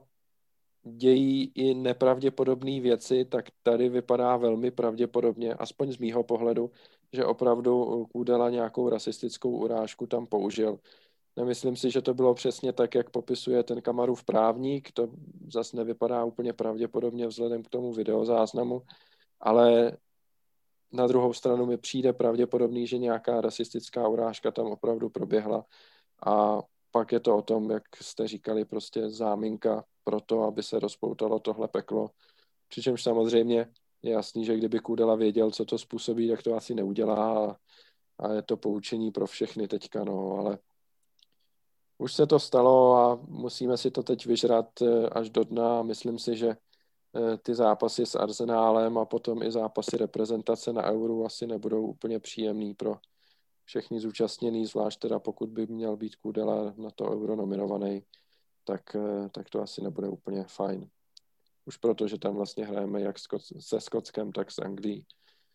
dějí i nepravděpodobné věci, tak tady vypadá velmi pravděpodobně, aspoň z mýho pohledu, že opravdu Kůdela nějakou rasistickou urážku tam použil. Nemyslím si, že to bylo přesně tak, jak popisuje ten Kamarův právník, to zase nevypadá úplně pravděpodobně vzhledem k tomu videozáznamu, ale na druhou stranu mi přijde pravděpodobný, že nějaká rasistická urážka tam opravdu proběhla a pak je to o tom, jak jste říkali, prostě záminka pro to, aby se rozpoutalo tohle peklo. Přičemž samozřejmě je jasný, že kdyby Kůdela věděl, co to způsobí, tak to asi neudělá a, a je to poučení pro všechny teďka, no, ale už se to stalo a musíme si to teď vyžrat až do dna. Myslím si, že ty zápasy s Arsenálem a potom i zápasy reprezentace na Euru asi nebudou úplně příjemný pro všechny zúčastněný, zvlášť teda pokud by měl být Kůdela na to Euro nominovaný, tak, tak to asi nebude úplně fajn. Už proto, že tam vlastně hrajeme jak se Skotskem, tak s Anglií.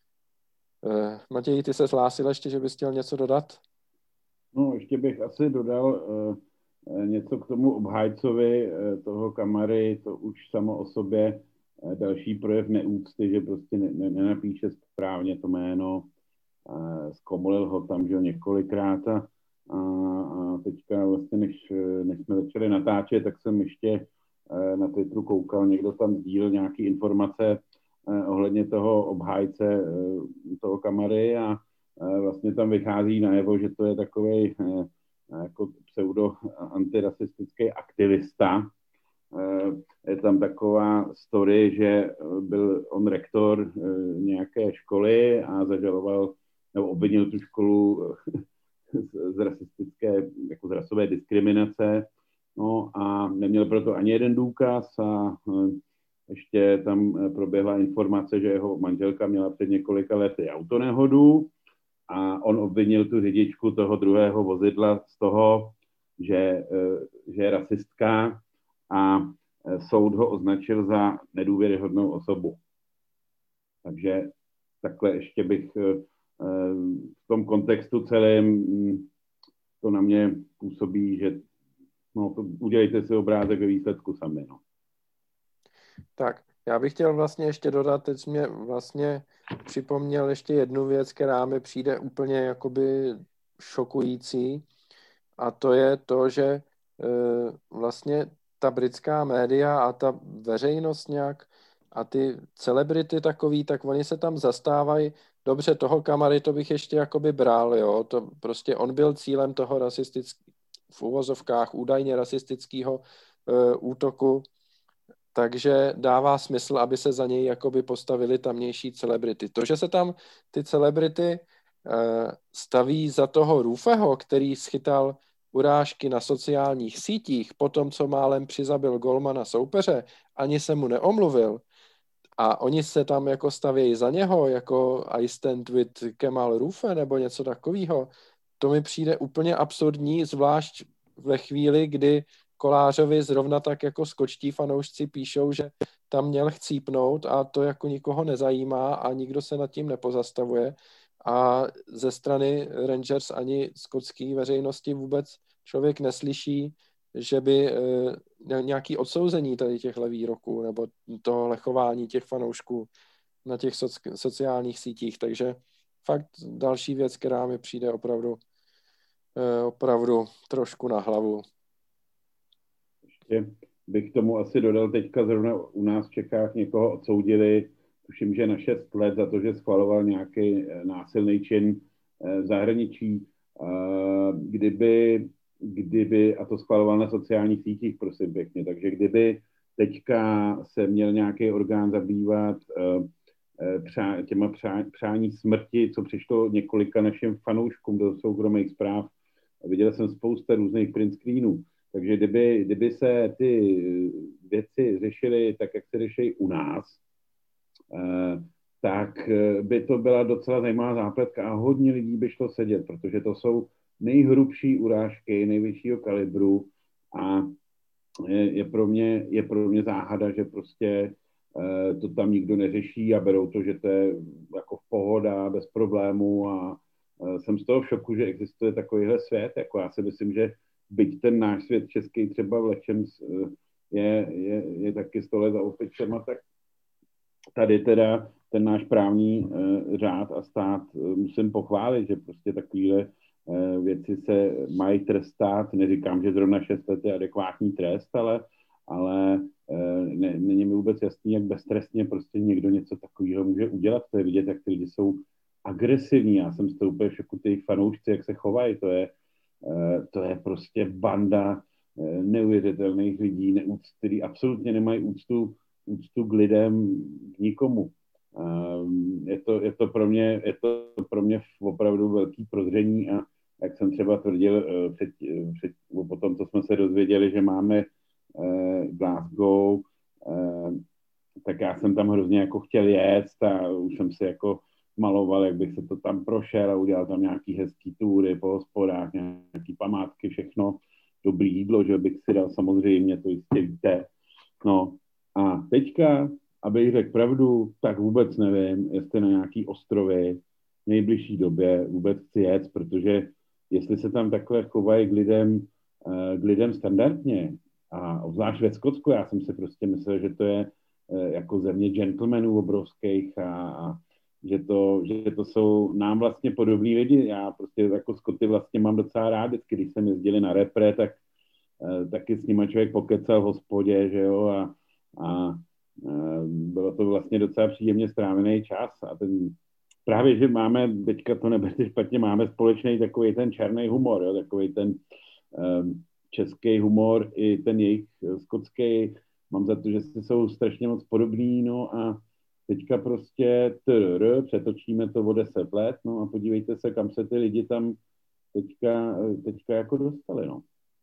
Eh, Matěj, ty se zhlásil ještě, že bys chtěl něco dodat? No, ještě bych asi dodal uh, něco k tomu obhájcovi uh, toho Kamary, to už samo o sobě uh, další projev neúcty, že prostě ne, ne, nenapíše správně to jméno, uh, zkomolil ho tam, že několikrát a, a, a teďka vlastně, než, než jsme začali natáčet, tak jsem ještě uh, na Twitteru koukal, někdo tam sdílel nějaký informace uh, ohledně toho obhájce uh, toho Kamary a vlastně tam vychází najevo, že to je takovej jako pseudo antirasistický aktivista. Je tam taková story, že byl on rektor nějaké školy a zažaloval nebo obvinil tu školu z rasistické, jako z rasové diskriminace. No a neměl proto ani jeden důkaz a ještě tam proběhla informace, že jeho manželka měla před několika lety autonehodu a on obvinil tu řidičku toho druhého vozidla z toho, že, že je rasistka a soud ho označil za nedůvěryhodnou osobu. Takže takhle ještě bych v tom kontextu celém to na mě působí, že no, udělejte si obrázek ve výsledku sami. No. Tak, já bych chtěl vlastně ještě dodat, teď mě vlastně připomněl ještě jednu věc, která mi přijde úplně jakoby šokující a to je to, že e, vlastně ta britská média a ta veřejnost nějak a ty celebrity takový, tak oni se tam zastávají, dobře, toho Kamary to bych ještě jakoby bral, jo, to prostě on byl cílem toho rasistického, v uvozovkách údajně rasistického e, útoku, takže dává smysl, aby se za něj jakoby postavili tamnější celebrity. To, že se tam ty celebrity staví za toho Rufeho, který schytal urážky na sociálních sítích, potom co málem přizabil golmana soupeře, ani se mu neomluvil, a oni se tam jako stavějí za něho, jako I stand with Kemal Rufe nebo něco takového. To mi přijde úplně absurdní, zvlášť ve chvíli, kdy Kolářovi zrovna tak jako skočtí fanoušci píšou, že tam měl chcípnout a to jako nikoho nezajímá a nikdo se nad tím nepozastavuje. A ze strany Rangers ani skotské veřejnosti vůbec člověk neslyší, že by e, nějaký odsouzení tady těchhle výroků nebo tohle chování těch fanoušků na těch soc- sociálních sítích. Takže fakt další věc, která mi přijde opravdu, e, opravdu trošku na hlavu. Ještě bych tomu asi dodal, teďka zrovna u nás v Čechách někoho odsoudili, tuším, že na šest let za to, že schvaloval nějaký násilný čin v zahraničí. Kdyby, kdyby, a to schvaloval na sociálních sítích, prosím pěkně, takže kdyby teďka se měl nějaký orgán zabývat přá, těma přá, přání smrti, co přišlo několika našim fanouškům do soukromých zpráv, viděl jsem spousta různých print screenů, takže kdyby, kdyby se ty věci řešily tak, jak se řeší u nás, tak by to byla docela zajímavá zápletka a hodně lidí by šlo sedět, protože to jsou nejhrubší urážky, nejvyššího kalibru a je pro mě, je pro mě záhada, že prostě to tam nikdo neřeší a berou to, že to je jako v pohoda, bez problémů a jsem z toho v šoku, že existuje takovýhle svět, jako já si myslím, že byť ten náš svět český třeba v lečem je, je, je taky stole za opičema, tak tady teda ten náš právní uh, řád a stát uh, musím pochválit, že prostě takovéhle uh, věci se mají trestat. Neříkám, že zrovna šest let je adekvátní trest, ale, ale uh, ne, není mi vůbec jasný, jak beztrestně prostě někdo něco takového může udělat. To je vidět, jak ty lidi jsou agresivní. Já jsem z toho úplně v šoku, ty fanoušci, jak se chovají. To je, uh, to je prostě banda uh, neuvěřitelných lidí, neúct, kteří absolutně nemají úctu úctu k lidem, k nikomu. Um, je, to, je, to pro mě, je to pro mě opravdu velký prozření a jak jsem třeba tvrdil uh, před, před, po tom, co jsme se dozvěděli, že máme uh, Glasgow, uh, tak já jsem tam hrozně jako chtěl jet a už jsem si jako maloval, jak bych se to tam prošel a udělal tam nějaký hezký túry po hospodách, nějaký památky, všechno, dobrý jídlo, že bych si dal samozřejmě, to jistě víte. No, a teďka, abych řekl pravdu, tak vůbec nevím, jestli na nějaký ostrovy v nejbližší době vůbec chci jet, protože jestli se tam takhle chovají k lidem, k lidem standardně, a obzvlášť ve Skotsku, já jsem si prostě myslel, že to je jako země gentlemanů obrovských a, a že, to, že to jsou nám vlastně podobní lidi. Já prostě jako Skoty vlastně mám docela rád, vždycky, když jsem jezdili na repre, tak taky s nima člověk pokecal v hospodě, že jo, a a bylo to vlastně docela příjemně strávený čas a ten, právě, že máme, teďka to neberte špatně, máme společný takový ten černý humor, jo, takový ten um, český humor i ten jejich skotský, mám za to, že si jsou strašně moc podobný, no a teďka prostě trr, přetočíme to o deset let, no a podívejte se, kam se ty lidi tam teďka, teďka jako dostali, no.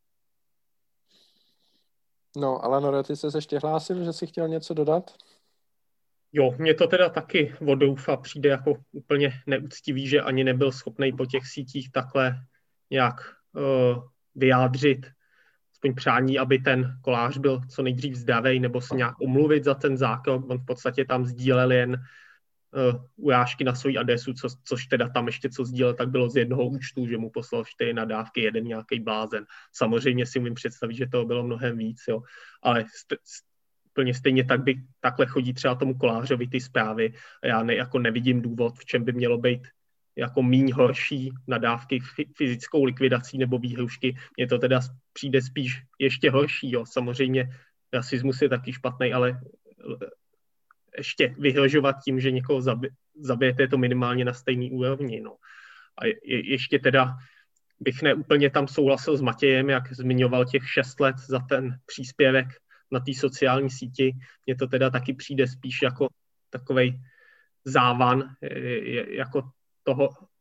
No, Alano, ty se ještě hlásil, že jsi chtěl něco dodat? Jo, mně to teda taky od Rufa přijde jako úplně neúctivý, že ani nebyl schopný po těch sítích takhle nějak uh, vyjádřit aspoň přání, aby ten Kolář byl co nejdřív zdravý, nebo se nějak omluvit za ten zákrok. On v podstatě tam sdílel jen uh, urážky na svou adresu, co, což teda tam ještě co sdílel, tak bylo z jednoho účtu, že mu poslal čtyři nadávky, jeden nějaký blázen. Samozřejmě si umím představit, že toho bylo mnohem víc, jo. Ale st- st- úplně stejně tak by takhle chodí třeba tomu Kolářovi ty zprávy a já ne, jako nevidím důvod, v čem by mělo být jako míň horší nadávky fyzickou likvidací nebo výhrušky. Mně to teda přijde spíš ještě horší, jo. Samozřejmě rasismus je taky špatný, ale ještě vyhrožovat tím, že někoho zabi- zabijete, je to minimálně na stejný úrovni. No. A je, ještě teda bych neúplně tam souhlasil s Matějem, jak zmiňoval těch šest let za ten příspěvek na té sociální síti. Mně to teda taky přijde spíš jako takovej závan, je, jako toho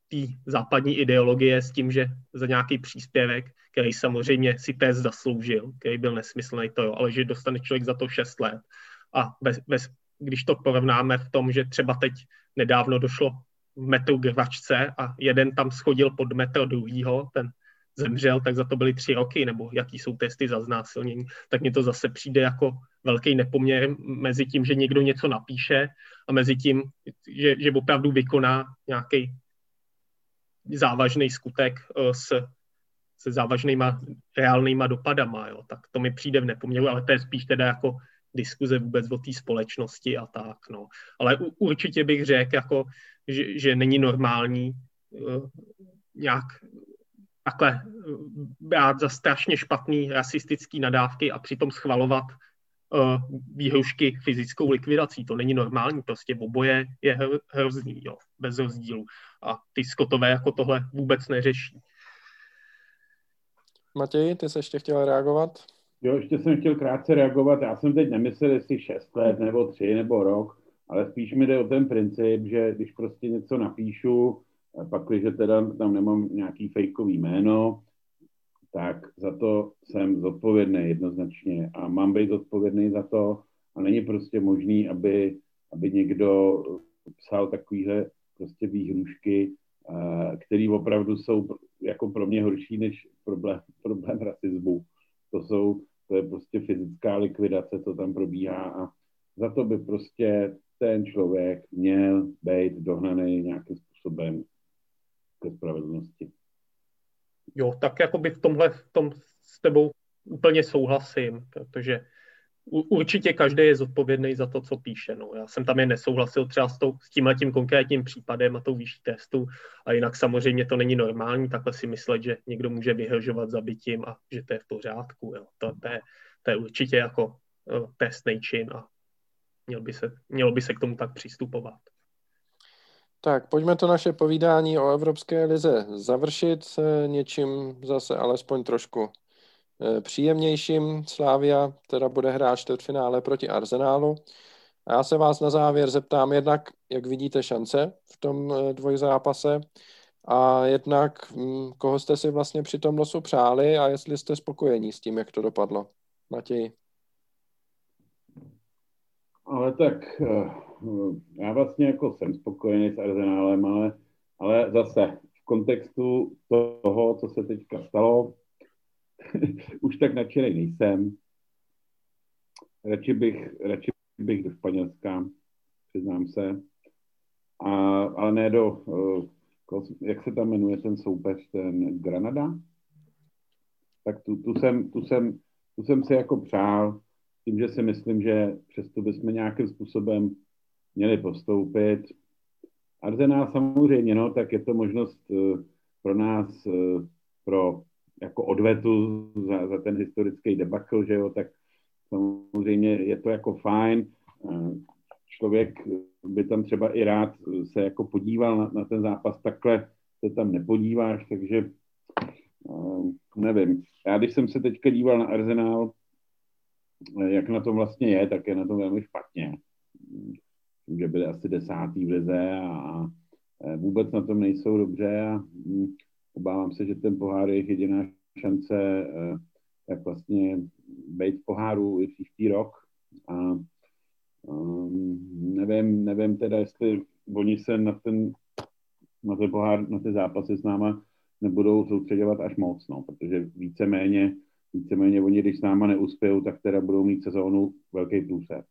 té západní ideologie s tím, že za nějaký příspěvek, který samozřejmě si test zasloužil, který byl nesmyslný, to jo, ale že dostane člověk za to šest let. A bez, bez, když to porovnáme v tom, že třeba teď nedávno došlo v metru k rvačce a jeden tam schodil pod metr druhýho, ten zemřel, tak za to byly tři roky, nebo jaký jsou testy za znásilnění, tak mně to zase přijde jako velký nepoměr mezi tím, že někdo něco napíše a mezi tím, že, že opravdu vykoná nějaký závažný skutek s, se závažnýma reálnýma dopadama. Jo. Tak to mi přijde v nepoměru, ale to je spíš teda jako diskuze vůbec o té společnosti a tak. No. Ale u, určitě bych řekl, jako, že, že není normální uh, nějak takhle brát za strašně špatný rasistický nadávky a přitom schvalovat uh, výhrušky fyzickou likvidací. To není normální, prostě oboje je hr, hrozný, jo, bez rozdílu. A ty Scottové jako tohle vůbec neřeší. Matěj, ty jsi ještě chtěl reagovat? Jo, ještě jsem chtěl krátce reagovat. Já jsem teď nemyslel, jestli šest let, nebo tři, nebo rok, ale spíš mi jde o ten princip, že když prostě něco napíšu, pak, když teda tam nemám nějaký fejkový jméno, tak za to jsem zodpovědný jednoznačně a mám být zodpovědný za to a není prostě možný, aby, aby někdo psal takovýhle prostě výhrušky, který opravdu jsou jako pro mě horší než problém, problém rasismu. To jsou, to je prostě fyzická likvidace, co tam probíhá a za to by prostě ten člověk měl být dohnaný nějakým způsobem ke spravedlnosti. Jo, tak jakoby v tomhle v tom s tebou úplně souhlasím, protože určitě každý je zodpovědný za to, co píše. No. Já jsem tam je nesouhlasil třeba s, tou, s tímhletím konkrétním případem a tou výší testu a jinak samozřejmě to není normální takhle si myslet, že někdo může vyhrožovat zabitím a že to je v pořádku. Jo. To, to, je, to je určitě jako uh, trestný čin a měl by se, mělo by se k tomu tak přistupovat. Tak, pojďme to naše povídání o Evropské lize završit něčím zase alespoň trošku příjemnějším. Slavia teda bude hrát čtvrtfinále proti Arsenálu. A já se vás na závěr zeptám jednak, jak vidíte šance v tom dvojzápase a jednak, koho jste si vlastně při tom losu přáli a jestli jste spokojení s tím, jak to dopadlo. Matěj. Ale tak já vlastně jako jsem spokojený s Arsenálem, ale, ale zase v kontextu toho, co se teďka stalo, už tak nadšenej nejsem. Radši bych, radši bych do Španělska, přiznám se. A, ale ne do, jak se tam jmenuje ten soupeř, ten Granada? Tak tu, tu, jsem, tu, jsem, tu jsem si jako přál, tím, že si myslím, že přesto bychom nějakým způsobem měli postoupit. Arsenal samozřejmě, no, tak je to možnost uh, pro nás, uh, pro jako odvetu za, za ten historický debakl, že jo, tak samozřejmě je to jako fajn. Uh, člověk by tam třeba i rád se jako podíval na, na ten zápas, takhle se tam nepodíváš, takže uh, nevím. Já když jsem se teďka díval na Arsenal, jak na to vlastně je, tak je na to velmi špatně. Že byli asi desátý v lize a vůbec na tom nejsou dobře a obávám se, že ten pohár je jediná šance, jak vlastně být v poháru i příští rok. A um, nevím, nevím teda, jestli oni se na ten, na ten pohár, na ty zápasy s náma nebudou soustředovat až moc, no, protože víceméně Víceméně oni, když s náma neuspějou, tak teda budou mít sezónu velký průser.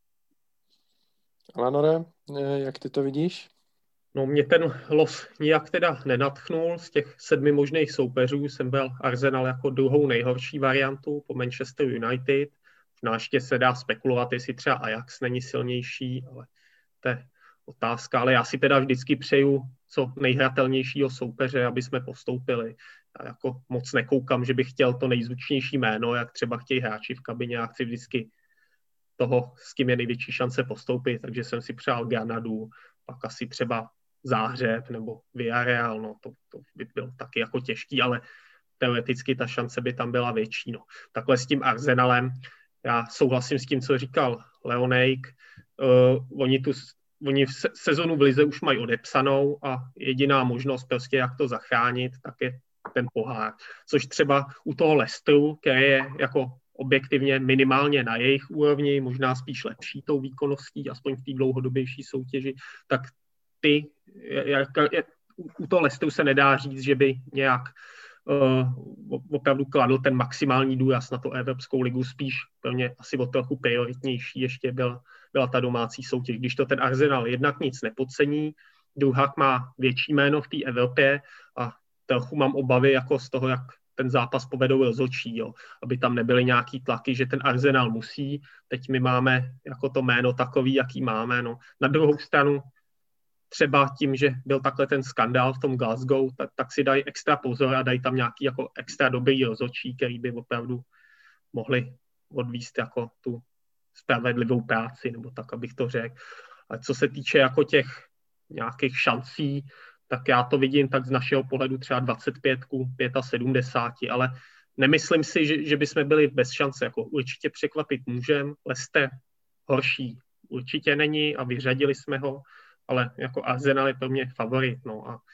Lanore, jak ty to vidíš? No mě ten los nijak teda nenadchnul. Z těch sedmi možných soupeřů jsem byl Arsenal jako druhou nejhorší variantu po Manchester United. Na ještě se dá spekulovat, jestli třeba Ajax není silnější, ale to je otázka. Ale já si teda vždycky přeju co nejhratelnějšího soupeře, aby jsme postoupili. Já jako moc nekoukám, že bych chtěl to nejzvučnější jméno, jak třeba chtějí hráči v kabině. Já chci vždycky toho, s kým je největší šance postoupit, takže jsem si přál Granadu, pak asi třeba Záhřeb nebo Villarreal, no to, to by bylo taky jako těžký, ale teoreticky ta šance by tam byla větší. No. Takhle s tím Arsenalem, já souhlasím s tím, co říkal Leonejk, uh, oni tu oni v se- sezonu v lize už mají odepsanou a jediná možnost prostě, jak to zachránit, tak je ten pohár. Což třeba u toho Leicesteru, který je jako objektivně minimálně na jejich úrovni, možná spíš lepší tou výkonností, aspoň v té dlouhodobější soutěži, tak ty, jak, jak, u toho Leicesteru se nedá říct, že by nějak uh, opravdu kladl ten maximální důraz na to Evropskou ligu, spíš pro mě asi o trochu prioritnější ještě byl, byla ta domácí soutěž. Když to ten Arsenal jednak nic nepodcení, druhak má větší jméno v té Evropě a trochu mám obavy jako z toho, jak ten zápas povedou rozhodčí, jo, aby tam nebyly nějaký tlaky, že ten Arsenal musí. Teď my máme jako to jméno takový, jaký máme. No. Na druhou stranu třeba tím, že byl takhle ten skandál v tom Glasgow, tak, tak si dají extra pozor a dají tam nějaký jako extra dobrý rozhodčí, který by opravdu mohli odvíst jako tu spravedlivou práci, nebo tak, abych to řekl. A co se týče jako těch nějakých šancí, tak já to vidím tak z našeho pohledu třeba dvacet pět ku sedmdesát pět, ale nemyslím si, že, že bychom byli bez šance. Jako určitě překvapit můžem. Leicester horší určitě není a vyřadili jsme ho, ale jako Arsenal je pro mě favorit. No a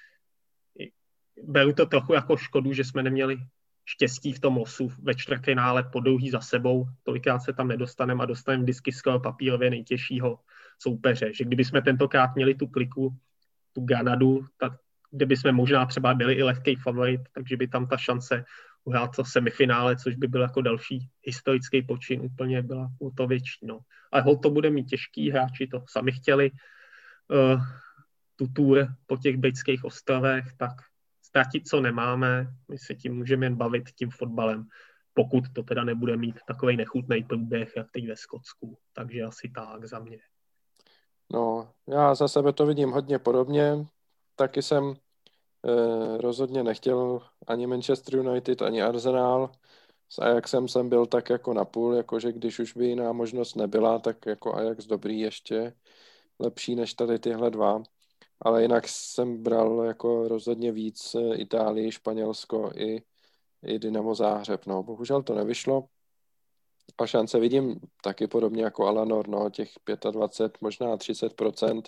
beru to trochu jako škodu, že jsme neměli štěstí v tom losu ve čtvrtfinále po dlouhý za sebou. Tolikrát se tam nedostaneme a dostaneme vždycky skoro papírově nejtěžšího soupeře. Že kdyby jsme tentokrát měli tu kliku, tu Granadu, tak kde by jsme možná třeba byli i lehký favorit, takže by tam ta šance uhrát to semifinále, což by byl jako další historický počin, úplně byla o to větší. No. Ale hol to bude mít těžký, hráči to sami chtěli. Uh, tu tour po těch britských ostrovech, tak ztratit co nemáme, my se tím můžeme jen bavit tím fotbalem, pokud to teda nebude mít takovej nechutnej průběh, jak teď ve Skotsku. Takže asi tak za mě. No, já za sebe to vidím hodně podobně. Taky jsem eh, rozhodně nechtěl ani Manchester United, ani Arsenal. S Ajaxem jsem byl tak jako napůl, jakože když už by jiná možnost nebyla, tak jako Ajax dobrý ještě, lepší než tady tyhle dva. Ale jinak jsem bral jako rozhodně víc Itálii, Španělsko i, i Dynamo Záhřeb. No, bohužel to nevyšlo. A šance vidím taky podobně jako Alanor, no, těch dvacet pět, možná třicet procent.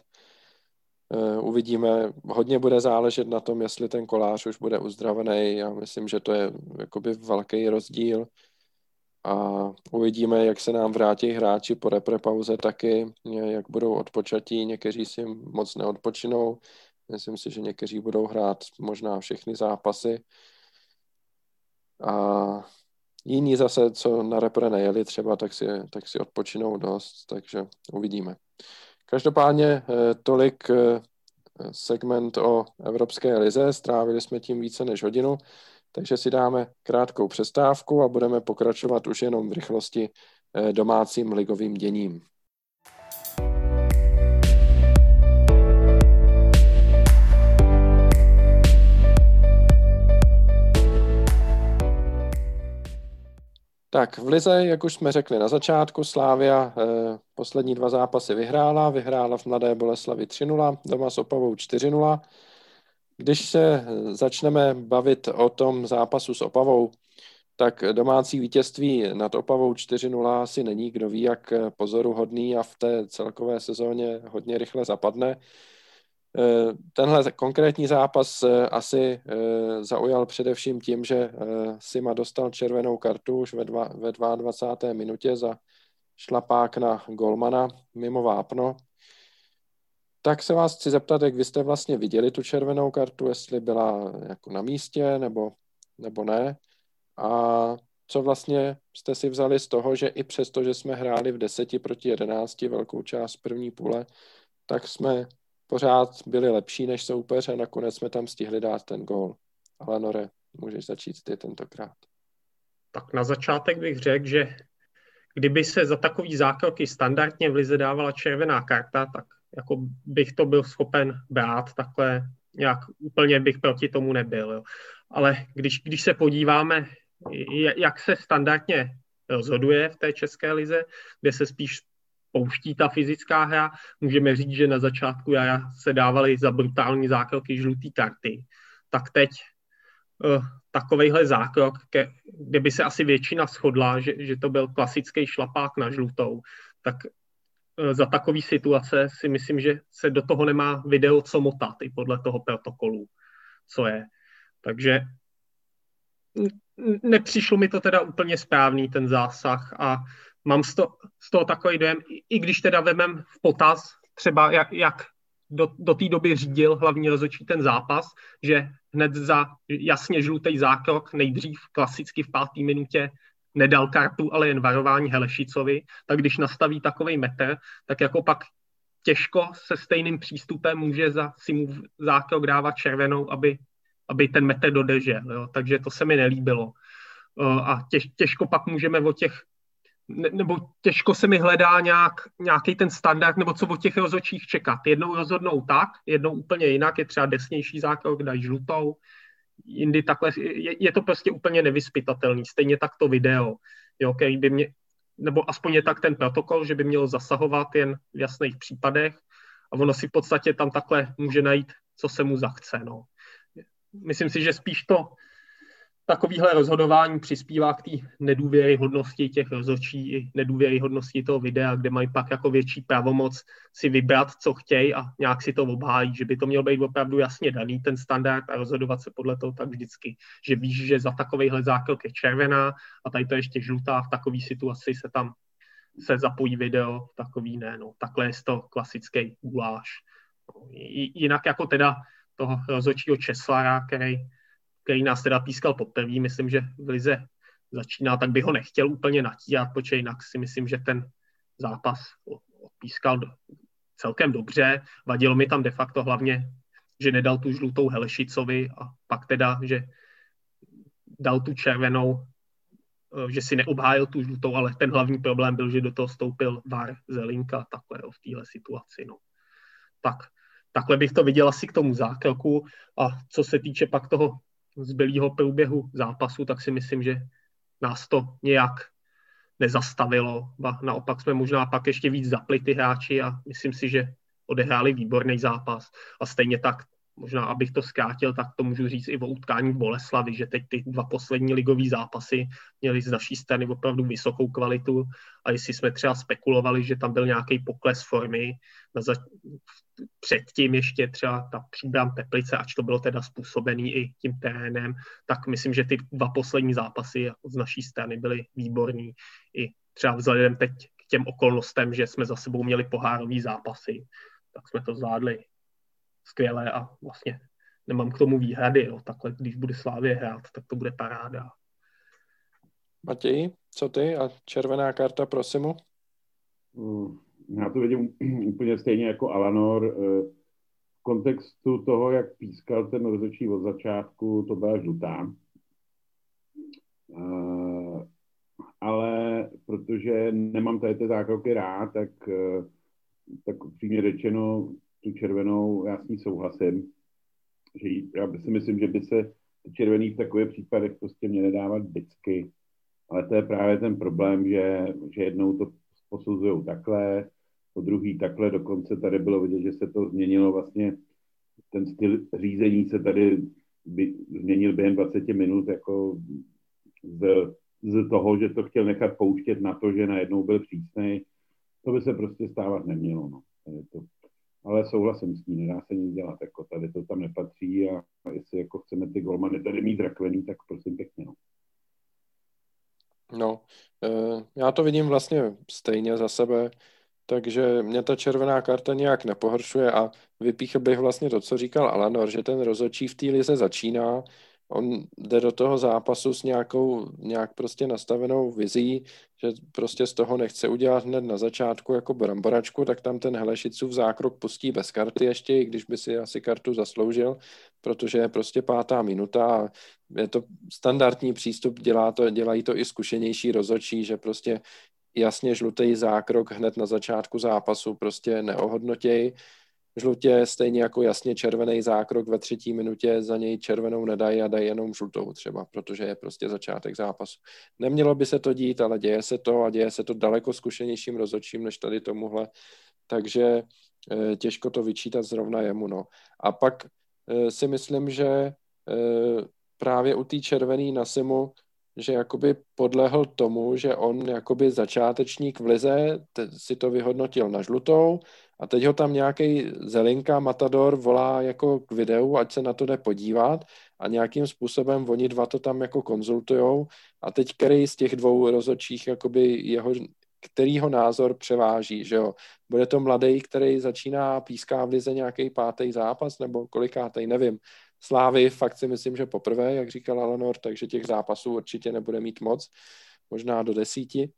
Uvidíme, hodně bude záležet na tom, jestli ten Kolář už bude uzdravený. Já myslím, že to je jakoby velký rozdíl. A uvidíme, jak se nám vrátí hráči po reprepauze taky, jak budou odpočatí. Někteří si moc neodpočinou. Myslím si, že někteří budou hrát možná všechny zápasy. A jiní zase, co na repre nejeli třeba, tak si, tak si odpočinou dost, takže uvidíme. Každopádně tolik segment o Evropské lize, strávili jsme tím více než hodinu, takže si dáme krátkou přestávku a budeme pokračovat už jenom v rychlosti domácím ligovým děním. Tak v lize, jak už jsme řekli na začátku, Slavia eh, poslední dva zápasy vyhrála. Vyhrála v Mladé Boleslavi tři nula, doma s Opavou čtyři nula. Když se začneme bavit o tom zápasu s Opavou, tak domácí vítězství nad Opavou čtyři nula asi není, kdo ví, jak pozoruhodný a v té celkové sezóně hodně rychle zapadne. Tenhle konkrétní zápas asi zaujal především tím, že Sima dostal červenou kartu už ve, dva, ve dvacáté druhé minutě za šlapák na golmana mimo vápno. Tak se vás chci zeptat, jak vy jste vlastně viděli tu červenou kartu, jestli byla jako na místě nebo, nebo ne. A co vlastně jste si vzali z toho, že i přesto, že jsme hráli v deseti proti jedenácti velkou část první půle, tak jsme pořád byli lepší než soupeř a nakonec jsme tam stihli dát ten gól. Ale Nore, můžeš začít ty tentokrát. Tak na začátek bych řekl, že kdyby se za takový zákroky standardně v lize dávala červená karta, tak jako bych to byl schopen brát takhle, nějak úplně bych proti tomu nebyl. Jo. Ale když, když se podíváme, jak se standardně rozhoduje v té české lize, kde se spíš pouští ta fyzická hra, můžeme říct, že na začátku jara se dávaly za brutální zákroky žlutý karty. Tak teď uh, takovejhle zákrok, ke, kde by se asi většina shodla, že, že to byl klasický šlapák na žlutou, tak za takový situace si myslím, že se do toho nemá video co motat i podle toho protokolu, co je. Takže nepřišlo mi to teda úplně správný ten zásah a mám z toho, z toho takový dojem, i když teda vemem v potaz třeba jak, jak do, do té doby řídil hlavní rozhodčí ten zápas, že hned za jasně žlutý zákrok nejdřív klasicky v páté minutě nedal kartu, ale jen varování Helešicovi, tak když nastaví takovej metr, tak jako pak těžko se stejným přístupem může za si mu zákrok dávat červenou, aby, aby ten metr dodržel. Jo. Takže to se mi nelíbilo. A těž, těžko pak můžeme o těch, ne, nebo těžko se mi hledá nějak, nějaký ten standard, nebo co od těch rozhodčích čekat. Jednou rozhodnou tak, jednou úplně jinak, je třeba desnější zákrok, dají žlutou, jindy takhle, je, je to prostě úplně nevyzpytatelný. Stejně tak to video, jo, který by mě, nebo aspoň je tak ten protokol, že by mělo zasahovat jen v jasných případech a ono si v podstatě tam takhle může najít, co se mu zachce. No. Myslím si, že spíš to takovýhle rozhodování přispívá k té nedůvěryhodnosti těch rozhodčí i nedůvěryhodnosti toho videa, kde mají pak jako větší pravomoc si vybrat, co chtějí a nějak si to obhájí, že by to měl být opravdu jasně daný ten standard a rozhodovat se podle toho tak vždycky, že víš, že za takovejhle zákrok je červená a tady to je ještě žlutá, v takové situaci se tam se zapojí video, takový ne, no. Takhle je to klasický guláš. No, jinak jako teda toho rozhodčího Česlara, který který nás teda pískal poprvé, myslím, že v lize začíná, tak by ho nechtěl úplně natírat, protože jinak si myslím, že ten zápas pískal celkem dobře. Vadilo mi tam de facto hlavně, že nedal tu žlutou Helešicovi a pak teda, že dal tu červenou, že si neobhájil tu žlutou, ale ten hlavní problém byl, že do toho vstoupil V A R Zelinka takhle jo, v téhle situaci. No. Tak, takhle bych to viděl asi k tomu zákroku a co se týče pak toho zbylého průběhu zápasu, tak si myslím, že nás to nějak nezastavilo. Naopak jsme možná pak ještě víc zapli ty hráči a myslím si, že odehráli výborný zápas. A stejně tak, možná abych to zkrátil, tak to můžu říct i o utkání v Boleslavi, že teď ty dva poslední ligový zápasy měly z naší strany opravdu vysokou kvalitu a jestli jsme třeba spekulovali, že tam byl nějaký pokles formy, na za... předtím ještě třeba ta Příbram Teplice, ač to bylo teda způsobený i tím terénem, tak myslím, že ty dva poslední zápasy z naší strany byly výborný. I třeba vzhledem teď k těm okolnostem, že jsme za sebou měli pohárový zápasy, tak jsme to zvládli skvěle a vlastně nemám k tomu výhrady. Jo. Takhle, když bude Slávě hrát, tak to bude paráda. Matěj, co ty a červená karta pro Simu? Mm. Já to vidím úplně stejně jako Alanor. V kontextu toho, jak pískal ten rozhodčí od začátku, to byla žlutá. Ale protože nemám tady ty zákroky rád, tak, tak upřímně řečeno tu červenou já s ní souhlasím. Že já si myslím, že by se červený v takových případech prostě měly dávat vždycky. Ale to je právě ten problém, že, že jednou to posuzujou takhle, po druhý takhle, dokonce tady bylo vidět, že se to změnilo vlastně, ten styl řízení se tady by, změnil během dvacet minut jako z, z toho, že to chtěl nechat pouštět na to, že najednou byl přísnej. To by se prostě stávat nemělo. No. To, ale souhlasím s tím, nedá se nic dělat. Jako tady to tam nepatří a jestli jako chceme ty golmany tady mít rakvený, tak prosím pěkně. No. No, já to vidím vlastně stejně za sebe, takže mě ta červená karta nějak nepohoršuje a vypíchl bych vlastně to, co říkal Alanor, že ten rozhodčí v té lize začíná, on jde do toho zápasu s nějakou, nějak prostě nastavenou vizí, že prostě z toho nechce udělat hned na začátku jako bramboračku, tak tam ten Helešicův zákrok pustí bez karty ještě, i když by si asi kartu zasloužil, protože je prostě pátá minuta a je to standardní přístup, dělá to, dělají to i zkušenější rozhodčí, že prostě jasně žlutý zákrok hned na začátku zápasu prostě neohodnotěj. Žlutě stejně jako jasně červený zákrok ve třetí minutě za něj červenou nedají a dají jenom žlutou třeba, protože je prostě začátek zápasu. Nemělo by se to dít, ale děje se to a děje se to daleko zkušenějším rozhodčím než tady tomuhle, takže e, těžko to vyčítat zrovna jemu. No. A pak e, si myslím, že e, právě u té červený na Simu že jakoby podlehl tomu, že on jakoby začátečník v lize te, si to vyhodnotil na žlutou a teď ho tam nějaký Zelinka, Matador volá jako k videu, ať se na to jde podívat a nějakým způsobem oni dva to tam jako konzultujou a teď který z těch dvou rozhodčích jakoby jeho, kterýho názor převáží, že jo. Bude to mladý, který začíná píská v lize nějaký pátý zápas nebo kolikátej, nevím. Slávy fakt si myslím, že poprvé, jak říkal Alanor, takže těch zápasů určitě nebude mít moc, možná do desíti.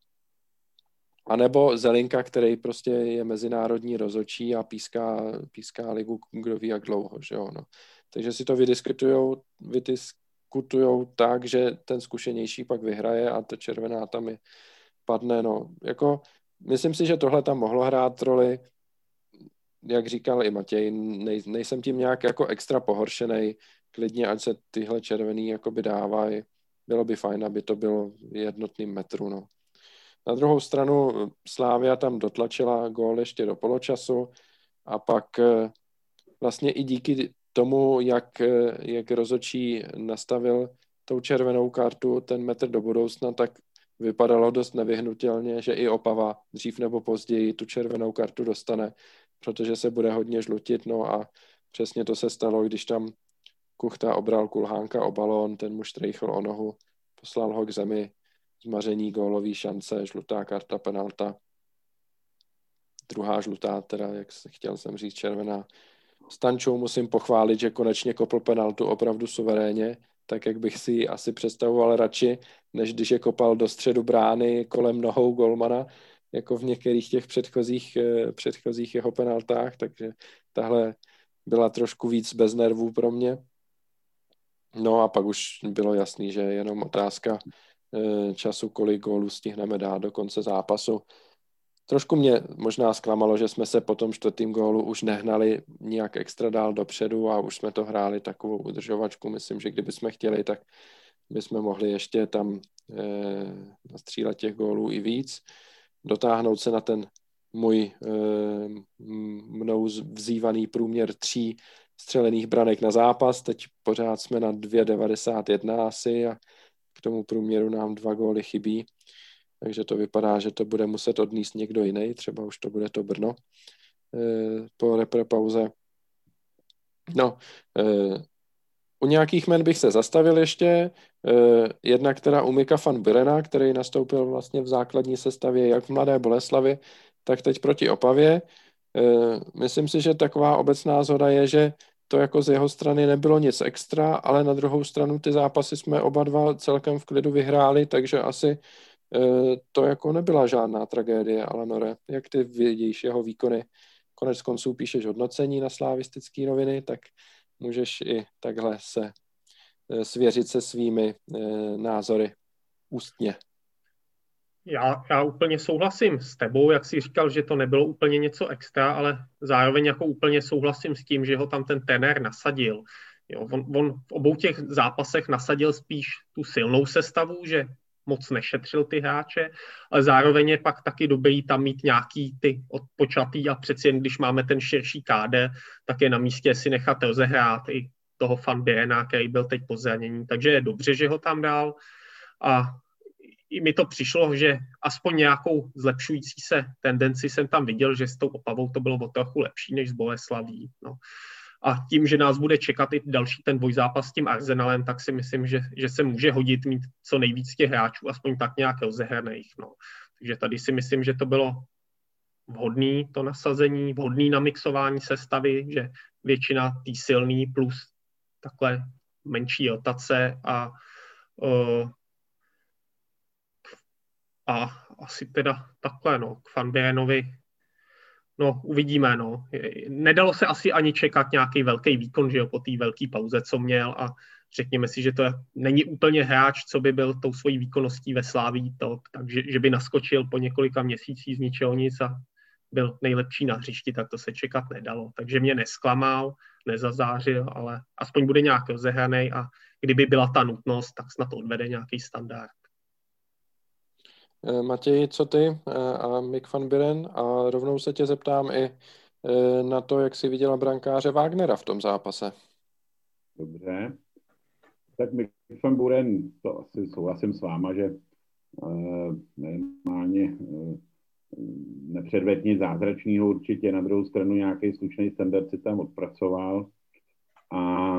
A nebo Zelinka, který prostě je mezinárodní rozhodčí a píská, píská ligu, kdo ví jak dlouho, že jo, no. Takže si to vydiskutujou, vydiskutujou tak, že ten zkušenější pak vyhraje a ta červená tam je padne, no. Jako, myslím si, že tohle tam mohlo hrát roli, jak říkal i Matěj, nej, nejsem tím nějak jako extra pohoršenej, klidně, ať se tyhle červený jakoby dávají, bylo by fajn, aby to bylo v jednotným metru, no. Na druhou stranu Slavia tam dotlačila gól ještě do poločasu a pak vlastně i díky tomu, jak, jak rozhodčí nastavil tou červenou kartu ten metr do budoucna, tak vypadalo dost nevyhnutelně, že i Opava dřív nebo později tu červenou kartu dostane, protože se bude hodně žlutit, no a přesně to se stalo, když tam Kuchta obral Kulhánka o balón, ten mu štrejchl o nohu, poslal ho k zemi, zmaření gólový šance, žlutá karta, penalta. Druhá žlutá, teda, jak chtěl jsem říct, červená. Stančou musím pochválit, že konečně kopl penaltu opravdu suverénně, tak jak bych si ji asi představoval radši, než když je kopal do středu brány kolem nohou golmana, jako v některých těch předchozích, předchozích jeho penaltách, takže tahle byla trošku víc bez nervů pro mě. No a pak už bylo jasný, že je jenom otázka času, kolik gólů stihneme dát do konce zápasu. Trošku mě možná zklamalo, že jsme se po tom čtvrtým gólu už nehnali nějak extra dál dopředu a už jsme to hráli takovou udržovačku. Myslím, že kdyby jsme chtěli, tak bychom mohli ještě tam eh, nastřílet těch gólů i víc. Dotáhnout se na ten můj eh, mnou vzývaný průměr tří střelených branek na zápas. Teď pořád jsme na dvě devadesát jedna asi a k tomu průměru nám dva góly chybí. Takže to vypadá, že to bude muset odníst někdo jiný, třeba už to bude to Brno eh, po repre pauze. No, eh, u nějakých men bych se zastavil ještě. Eh, jedna, která u Mika van Burena, který nastoupil vlastně v základní sestavě jak v Mladé Boleslavi, tak teď proti Opavě. Eh, myslím si, že taková obecná zhoda je, že to jako z jeho strany nebylo nic extra, ale na druhou stranu ty zápasy jsme oba dva celkem v klidu vyhráli, takže asi to jako nebyla žádná tragédie, Alanore. Jak ty vidíš jeho výkony? Konec konců píšeš hodnocení na Slavistické noviny, tak můžeš i takhle se svěřit se svými názory ústně. Já, já úplně souhlasím s tebou, jak jsi říkal, že to nebylo úplně něco extra, ale zároveň jako úplně souhlasím s tím, že ho tam ten trenér nasadil. Jo, on, on v obou těch zápasech nasadil spíš tu silnou sestavu, že moc nešetřil ty hráče, ale zároveň je pak taky dobrý tam mít nějaký ty odpočatý a přeci jen, když máme ten širší káder, tak je na místě si nechat rozehrát i toho Van Burena, který byl teď po zranění. Takže je dobře, že ho tam dal a i mi to přišlo, že aspoň nějakou zlepšující se tendenci jsem tam viděl, že s tou Opavou to bylo o trochu lepší než s Boleslaví. No. A tím, že nás bude čekat i další ten dvojzápas s tím Arsenalem, tak si myslím, že, že se může hodit mít co nejvíc těch hráčů, aspoň tak nějak rozehraných. No. Takže tady si myslím, že to bylo vhodné to nasazení, vhodné namixování sestavy, že většina tý silný plus takhle menší rotace a, uh, a asi teda takhle, no, k Van Burenovi. No, uvidíme, no. Nedalo se asi ani čekat nějaký velký výkon, že jo, po té velké pauze, co měl a řekněme si, že to je, není úplně hráč, co by byl tou svojí výkonností ve Slavii top, takže že by naskočil po několika měsících z ničeho nic a byl nejlepší na hřišti, tak to se čekat nedalo. Takže mě nesklamal, nezazářil, ale aspoň bude nějak rozehranej a kdyby byla ta nutnost, tak snad odvede nějaký standard. Matěj, co ty a Mik van Buren? A rovnou se tě zeptám i na to, jak jsi viděla brankáře Wagnera v tom zápase. Dobře. Tak Mick van Buren, to asi souhlasím s váma, že uh, minimálně uh, nepředvedl nic zázračného určitě, na druhou stranu nějaký slušný standard si tam odpracoval a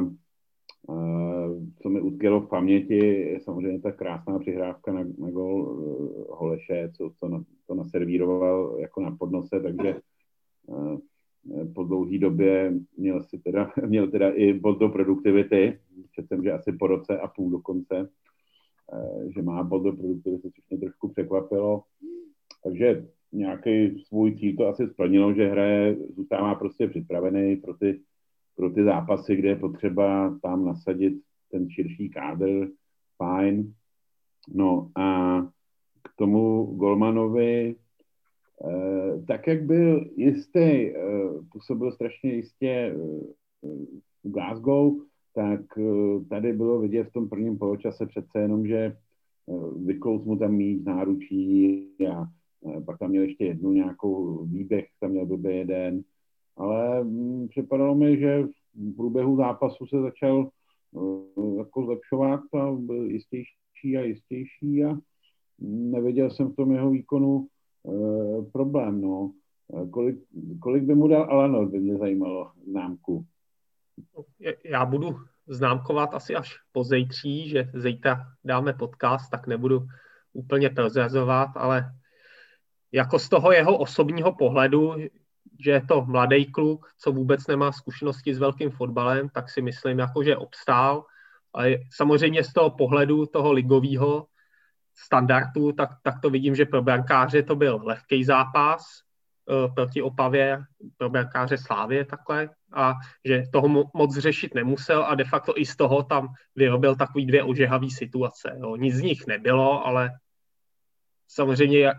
uh, co mi utkvělo v paměti je samozřejmě ta krásná přihrávka na, na gol uh, Holeše, co, co na, to naservíroval jako na podnose, takže uh, po dlouhé době měl, si teda, měl teda i bod do produktivity, četl že asi po roce a půl dokonce, že má bod do produktivity, což mě trošku překvapilo. Takže nějaký svůj cíl to asi splnilo, že hraje, zůstává prostě připravený pro ty, pro ty zápasy, kde je potřeba tam nasadit ten širší kádr, fajn. No a k tomu golmanovi, tak, jak byl jistý, působil strašně jistě v Glasgow, tak tady bylo vidět v tom prvním poločase přece jenom, že vykous mu tam mít náručí a pak tam měl ještě jednu nějakou výběh, tam měl blbě jeden, ale připadalo mi, že v průběhu zápasu se začal jako zlepšovat a byl jistější a jistější a neviděl jsem v tom jeho výkonu Uh, problém, no. Kolik, kolik by mu dal Alanor, by mě zajímalo, známku. Já budu známkovat asi až pozejtří, že zítra dáme podcast, tak nebudu úplně prozrazovat, ale jako z toho jeho osobního pohledu, že je to mladý kluk, co vůbec nemá zkušenosti s velkým fotbalem, tak si myslím, jako, že obstál. Ale samozřejmě z toho pohledu toho ligového standardu, tak, tak to vidím, že pro brankáře to byl lehký zápas uh, proti Opavě, pro brankáře Slávie takhle, a že toho mo- moc řešit nemusel a de facto i z toho tam vyrobil takový dvě ožehavý situace. Jo. Nic z nich nebylo, ale samozřejmě je,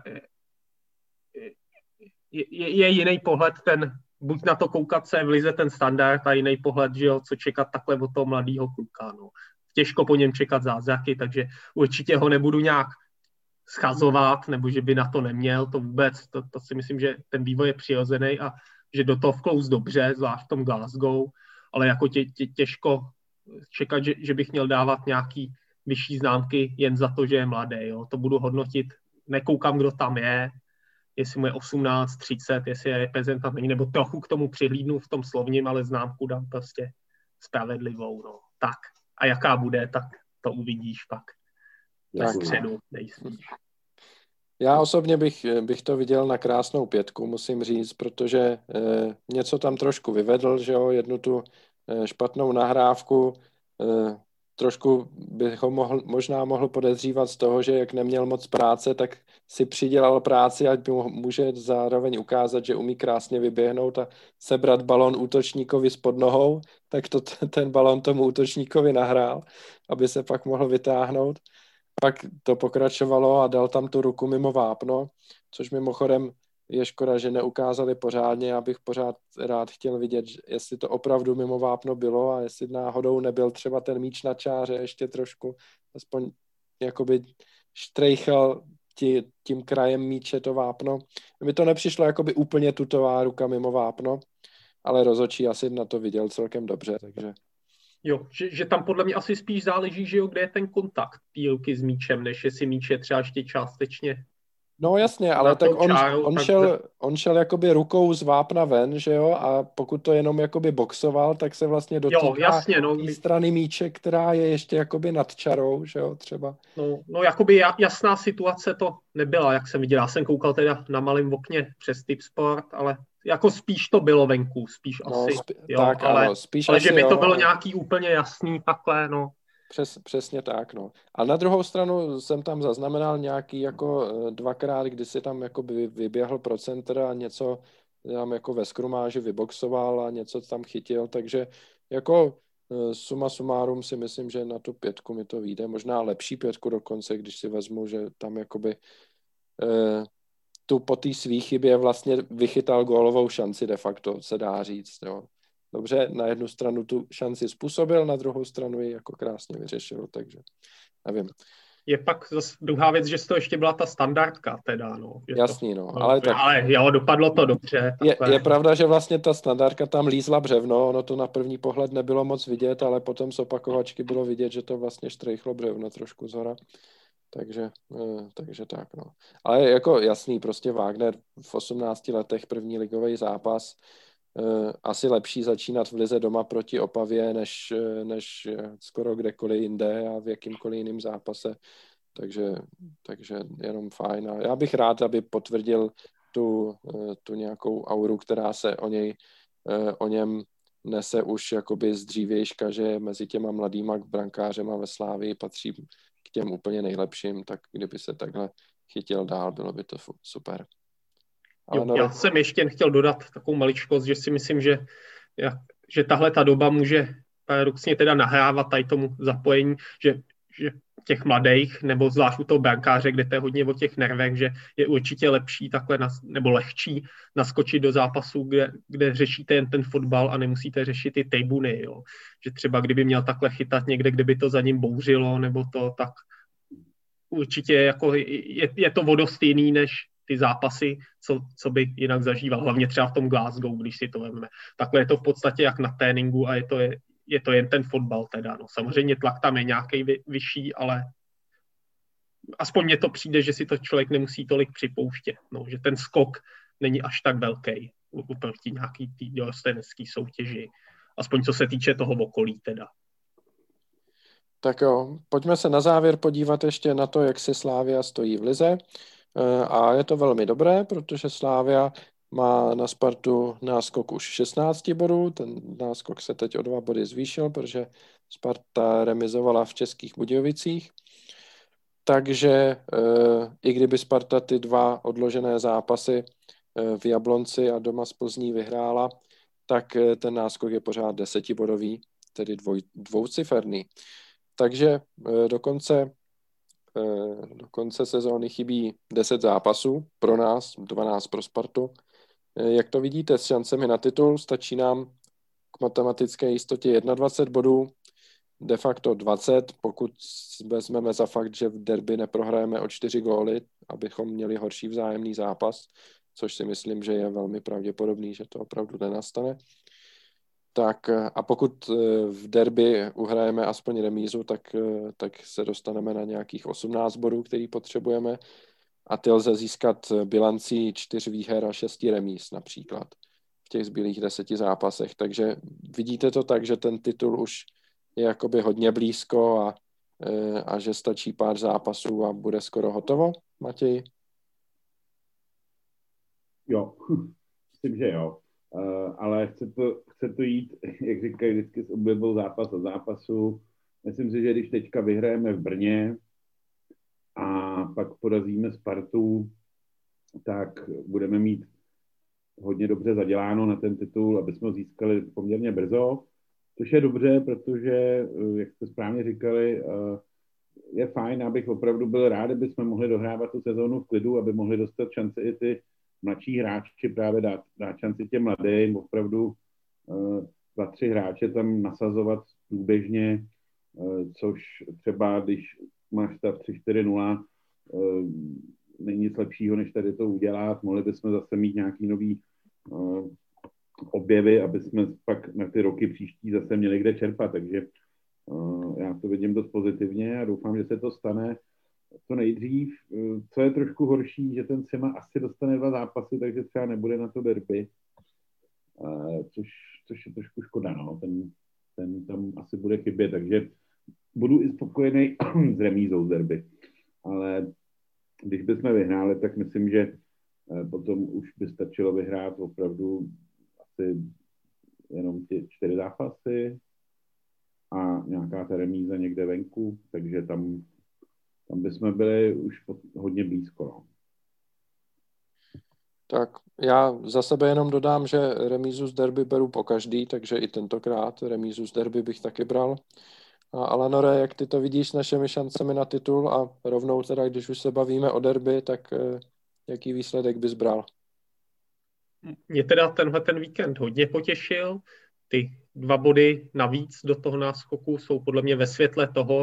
je, je jiný pohled ten, buď na to koukat se v lize ten standard a jiný pohled, že jo, co čekat takhle od toho mladého kluka. No. Těžko po něm čekat zázraky, takže určitě ho nebudu nějak schazovat, nebo že by na to neměl, to vůbec, to, to si myslím, že ten vývoj je přirozený a že do toho vklous dobře, zvlášť v tom Glasgow, ale jako tě, tě, těžko čekat, že, že bych měl dávat nějaký vyšší známky jen za to, že je mladý. Jo. To budu hodnotit, nekoukám, kdo tam je, jestli mu je osmnáct, třicet, jestli je reprezentant, nebo trochu k tomu přihlídnu v tom slovním, ale známku dám prostě spravedlivou. No. Tak. A jaká bude, tak to uvidíš pak ve středu, nejspíš. Já osobně bych, bych to viděl na krásnou pětku, musím říct, protože eh, něco tam trošku vyvedl, že jo, jednu tu eh, špatnou nahrávku, eh, trošku bych ho mohl, možná mohl podezřívat z toho, že jak neměl moc práce, tak si přidělal práci, ať mu může zároveň ukázat, že umí krásně vyběhnout a sebrat balon útočníkovi spod nohou, tak to, ten balon tomu útočníkovi nahrál, aby se pak mohl vytáhnout. Pak to pokračovalo a dal tam tu ruku mimo vápno, což mimochodem je škoda, že neukázali pořádně. Já bych pořád rád chtěl vidět, jestli to opravdu mimo vápno bylo a jestli náhodou nebyl třeba ten míč na čáře ještě trošku, aspoň jakoby štrejchal tí, tím krajem míče to vápno. Mi to nepřišlo jakoby úplně tutová ruka mimo vápno, ale rozhodčí asi na to viděl celkem dobře, takže... Jo, že, že tam podle mě asi spíš záleží, že jo, kde je ten kontakt té ruky s míčem, než jestli míč je třeba ještě částečně. No jasně, ale tak on, čáru, on, tak šel, on šel jakoby rukou z vápna ven, že jo, a pokud to jenom jakoby boxoval, tak se vlastně dotýká no, té strany míče, která je ještě jakoby nad čarou, že jo, třeba. No, no jakoby jasná situace to nebyla, jak jsem viděl. Já jsem koukal teda na malém okně přes Tipsport, ale jako spíš to bylo venku, spíš no, asi, spí- jo, tak, ale, ano, spíš ale asi, že by jo, to bylo ale... nějaký úplně jasný takhle, no. Přes, přesně tak, no. A na druhou stranu jsem tam zaznamenal nějaký jako dvakrát, kdy si tam jako by vyběhl pro centr a něco tam jako ve skrumáži vyboxoval a něco tam chytil, takže jako suma sumárum si myslím, že na tu pětku mi to vyjde, možná lepší pětku dokonce, když si vezmu, že tam jakoby eh, tu po té svý chybě vlastně vychytal gólovou šanci de facto, se dá říct, jo. Dobře, na jednu stranu tu šanci způsobil, na druhou stranu ji jako krásně vyřešil, takže nevím. je pak zase druhá věc, že to ještě byla ta standardka teda, no. Jasný, to, no, no, ale tak... Ale jo, dopadlo to dobře. Je, je pravda, že vlastně ta standardka tam lízla břevno, ono to na první pohled nebylo moc vidět, ale potom z opakovačky bylo vidět, že to vlastně štrejchlo břevno trošku zhora. Takže, takže tak, no. Ale jako jasný, prostě Wagner v osmnácti letech první ligový zápas, asi lepší začínat v lize doma proti Opavě, než, než skoro kdekoliv jinde a v jakýmkoliv jiném zápase. Takže, takže jenom fajn. A já bych rád, aby potvrdil tu, tu nějakou auru, která se o něj, o něm nese už jakoby z dřívějška, že mezi těma mladýma brankářema ve Slávii patří k těm úplně nejlepším, tak kdyby se takhle chytil dál, bylo by to super. Jo, já jsem ještě chtěl dodat takovou maličkost, že si myslím, že, že tahle ta doba může paradoxně teda nahrávat tady tomu zapojení, že, že těch mladých, nebo zvlášť u toho brankáře, kde to je hodně o těch nervech, že je určitě lepší takhle, nas, nebo lehčí naskočit do zápasu, kde, kde řešíte jen ten fotbal a nemusíte řešit ty tejbuny, jo. Že třeba kdyby měl takhle chytat někde, kde by to za ním bouřilo, nebo to, tak určitě jako je, je to o dost jiný, než ty zápasy, co, co by jinak zažíval. Hlavně třeba v tom Glasgow, když si to vezmeme. Takhle je to v podstatě jak na tréninku a je to, je, je to jen ten fotbal teda. No. Samozřejmě tlak tam je nějaký vy, vyšší, ale aspoň mně to přijde, že si to člověk nemusí tolik připouštět. No. Že ten skok není až tak velký oproti nějaký tý dělostenecký soutěži. Aspoň co se týče toho okolí teda. Tak jo, pojďme se na závěr podívat ještě na to, jak se Slavia stojí v lize. A je to velmi dobré, protože Slavia má na Spartu náskok už šestnáct bodů. Ten náskok se teď o dva body zvýšil, protože Sparta remizovala v Českých Budějovicích. Takže i kdyby Sparta ty dva odložené zápasy v Jablonci a doma z Plzní vyhrála, tak ten náskok je pořád desetibodový, tedy dvoj, dvouciferný. Takže do konce, do konce sezóny chybí deset zápasů pro nás, dvanáct pro Spartu. Jak to vidíte s šancemi na titul? Stačí nám k matematické jistotě dvacet jedna bodů, de facto dvacet, pokud vezmeme za fakt, že v derby neprohrajeme o čtyři góly, abychom měli horší vzájemný zápas, což si myslím, že je velmi pravděpodobný, že to opravdu nenastane. Tak a pokud v derby uhrajeme aspoň remízu, tak, tak se dostaneme na nějakých osmnáct bodů, který potřebujeme, a ty lze získat bilancí čtyř výher a šesti remíz například v těch zbylých deseti zápasech. Takže vidíte to tak, že ten titul už je jakoby hodně blízko a, a že stačí pár zápasů a bude skoro hotovo, Matěj? Jo, myslím, že jo. Uh, ale chce to, chce to jít, jak říkají vždycky, s oblibou zápas od zápasu. Myslím si, že když teďka vyhrajeme v Brně a pak porazíme Spartu, tak budeme mít hodně dobře zaděláno na ten titul, aby jsme ho získali poměrně brzo, což je dobře, protože, jak jste správně říkali, uh, je fajn, abych opravdu byl rád, aby jsme mohli dohrávat tu sezónu v klidu, aby mohli dostat šanci i ty mladší hráči, právě dát, dát šanci těm mladým, opravdu uh, dva, tři hráče tam nasazovat průběžně, uh, což třeba, když máš stav tři čtyři nula, uh, není nic lepšího, než tady to udělat. Mohli bychom zase mít nějaký nový uh, objevy, aby jsme pak na ty roky příští zase měli kde čerpat, takže uh, já to vidím dost pozitivně a doufám, že se to stane to nejdřív. Co je trošku horší, že ten Sima asi dostane dva zápasy, takže třeba nebude na to derby, což, což je trošku škoda, no. Ten, ten tam asi bude chybět, takže budu i spokojený s remízou z derby. Ale když bychom vyhráli, tak myslím, že potom už by stačilo vyhrát opravdu asi jenom ty čtyři zápasy a nějaká ta remíza někde venku, takže tam Tam bychom byli už hodně blízko. No. Tak já za sebe jenom dodám, že remízu z derby beru po každý, takže i tentokrát remízu z derby bych taky bral. A Alanore, jak ty to vidíš s našimi šancemi na titul a rovnou teda, když už se bavíme o derby, tak jaký výsledek bys bral? Mě teda tenhle ten víkend hodně potěšil. Ty dva body navíc do toho náskoku jsou podle mě ve světle toho,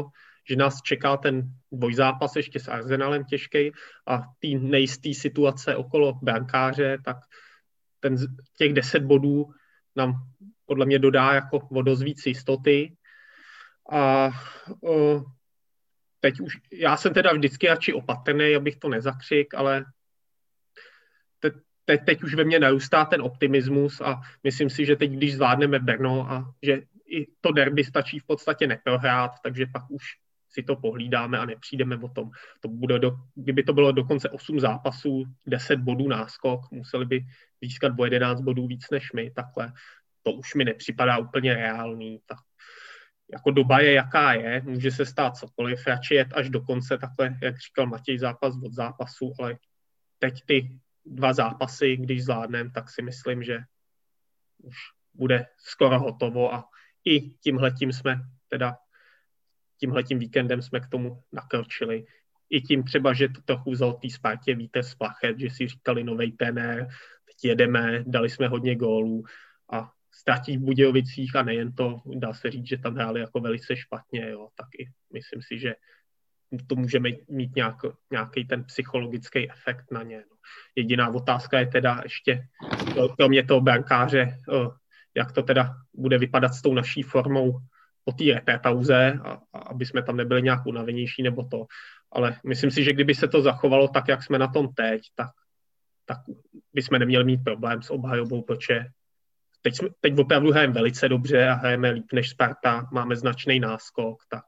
že nás čeká ten dvojzápas ještě s Arsenalem těžký a ty nejistý situace okolo brankáře, tak ten, těch deset bodů nám podle mě dodá jako o dost víc jistoty. A o, teď už, já jsem teda vždycky radši opatrný, abych to nezakřik, ale te, te, teď už ve mně narůstá ten optimismus a myslím si, že teď, když zvládneme Brno a že i to derby stačí v podstatě neprohrát, takže pak už si to pohlídáme a nepřijdeme o tom. To bude do, kdyby to bylo dokonce osm zápasů, deset bodů náskok, museli by získat o jedenáct bodů víc než my, takhle. To už mi nepřipadá úplně reálný. Tak jako doba je, jaká je, může se stát cokoliv, radši jet až do konce, takhle, jak říkal Matěj, zápas od zápasu, ale teď ty dva zápasy, když zvládneme, tak si myslím, že už bude skoro hotovo a i tímhletím jsme teda tímhletím víkendem jsme k tomu nakročili. I tím třeba, že to trochu vzal té Spartě vítr z plachet, že si říkali novej trenér, teď jedeme, dali jsme hodně gólů a ztratí v Budějovicích a nejen to, dá se říct, že tam hráli jako velice špatně, jo, tak i myslím si, že to může mít nějak, nějaký ten psychologický efekt na ně. No. Jediná otázka je teda ještě, kromě toho brankáře, jak to teda bude vypadat s tou naší formou po té repépauze, a, a aby jsme tam nebyli nějak unavenější nebo to. Ale myslím si, že kdyby se to zachovalo tak, jak jsme na tom teď, tak, tak bychom neměli mít problém s obhajobou, protože teď, jsme, teď opravdu hrajeme velice dobře a hrajeme líp než Sparta, máme značný náskok, tak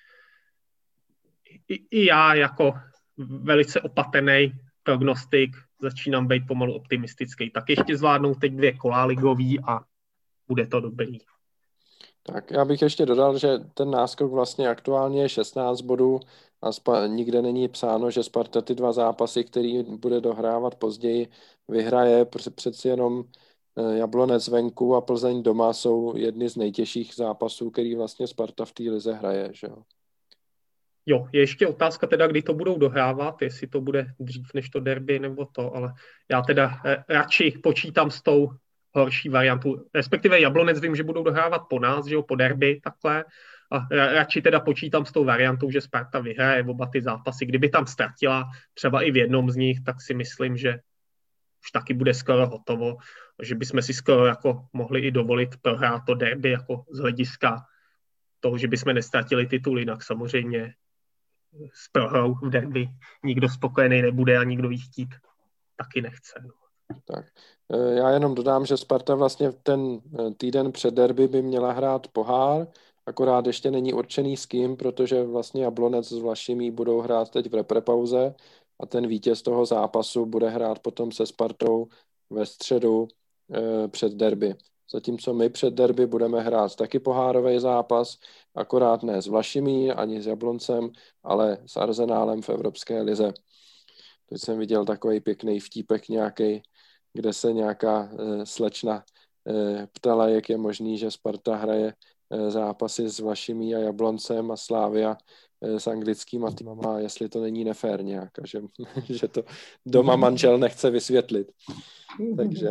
i, i já jako velice opatrný prognostik začínám být pomalu optimistický. Tak ještě zvládnou teď dvě kola ligový a bude to dobrý. Tak já bych ještě dodal, že ten náskok vlastně aktuálně je šestnáct bodů a Spa- nikde není psáno, že Sparta ty dva zápasy, který bude dohrávat později, vyhraje. Přeci jenom Jablonec venku a Plzeň doma jsou jedny z nejtěžších zápasů, který vlastně Sparta v té lize hraje. Že jo? Jo, je ještě otázka teda, kdy to budou dohrávat, jestli to bude dřív než to derby nebo to, ale já teda radši počítám s tou horší variantu, respektive Jablonec vím, že budou dohrávat po nás, že jo, po derby, takhle, a radši teda počítám s tou variantou, že Sparta vyhraje oba ty zápasy. Kdyby tam ztratila třeba i v jednom z nich, tak si myslím, že už taky bude skoro hotovo, že bychom si skoro jako mohli i dovolit prohrát to derby jako z hlediska toho, že bychom nestratili titul, jinak samozřejmě s prohrou v derby nikdo spokojený nebude a nikdo jí chtít taky nechce. No. Tak. Já jenom dodám, že Sparta vlastně ten týden před derby by měla hrát pohár, akorát ještě není určený s kým, protože vlastně Jablonec s Vlašimí budou hrát teď v reprepauze a ten vítěz toho zápasu bude hrát potom se Spartou ve středu eh, před derby. Zatímco my před derby budeme hrát taky pohárový zápas, akorát ne s Vlašimí ani s Jabloncem, ale s Arsenálem v Evropské lize. Teď jsem viděl takový pěkný vtípek nějaký, kde se nějaká e, slečna e, ptala, jak je možný, že Sparta hraje e, zápasy s Vlašimí a Jabloncem a Slavia e, s anglickýma týmama, jestli to není nefér nějak, a že, že to doma manžel nechce vysvětlit. Takže,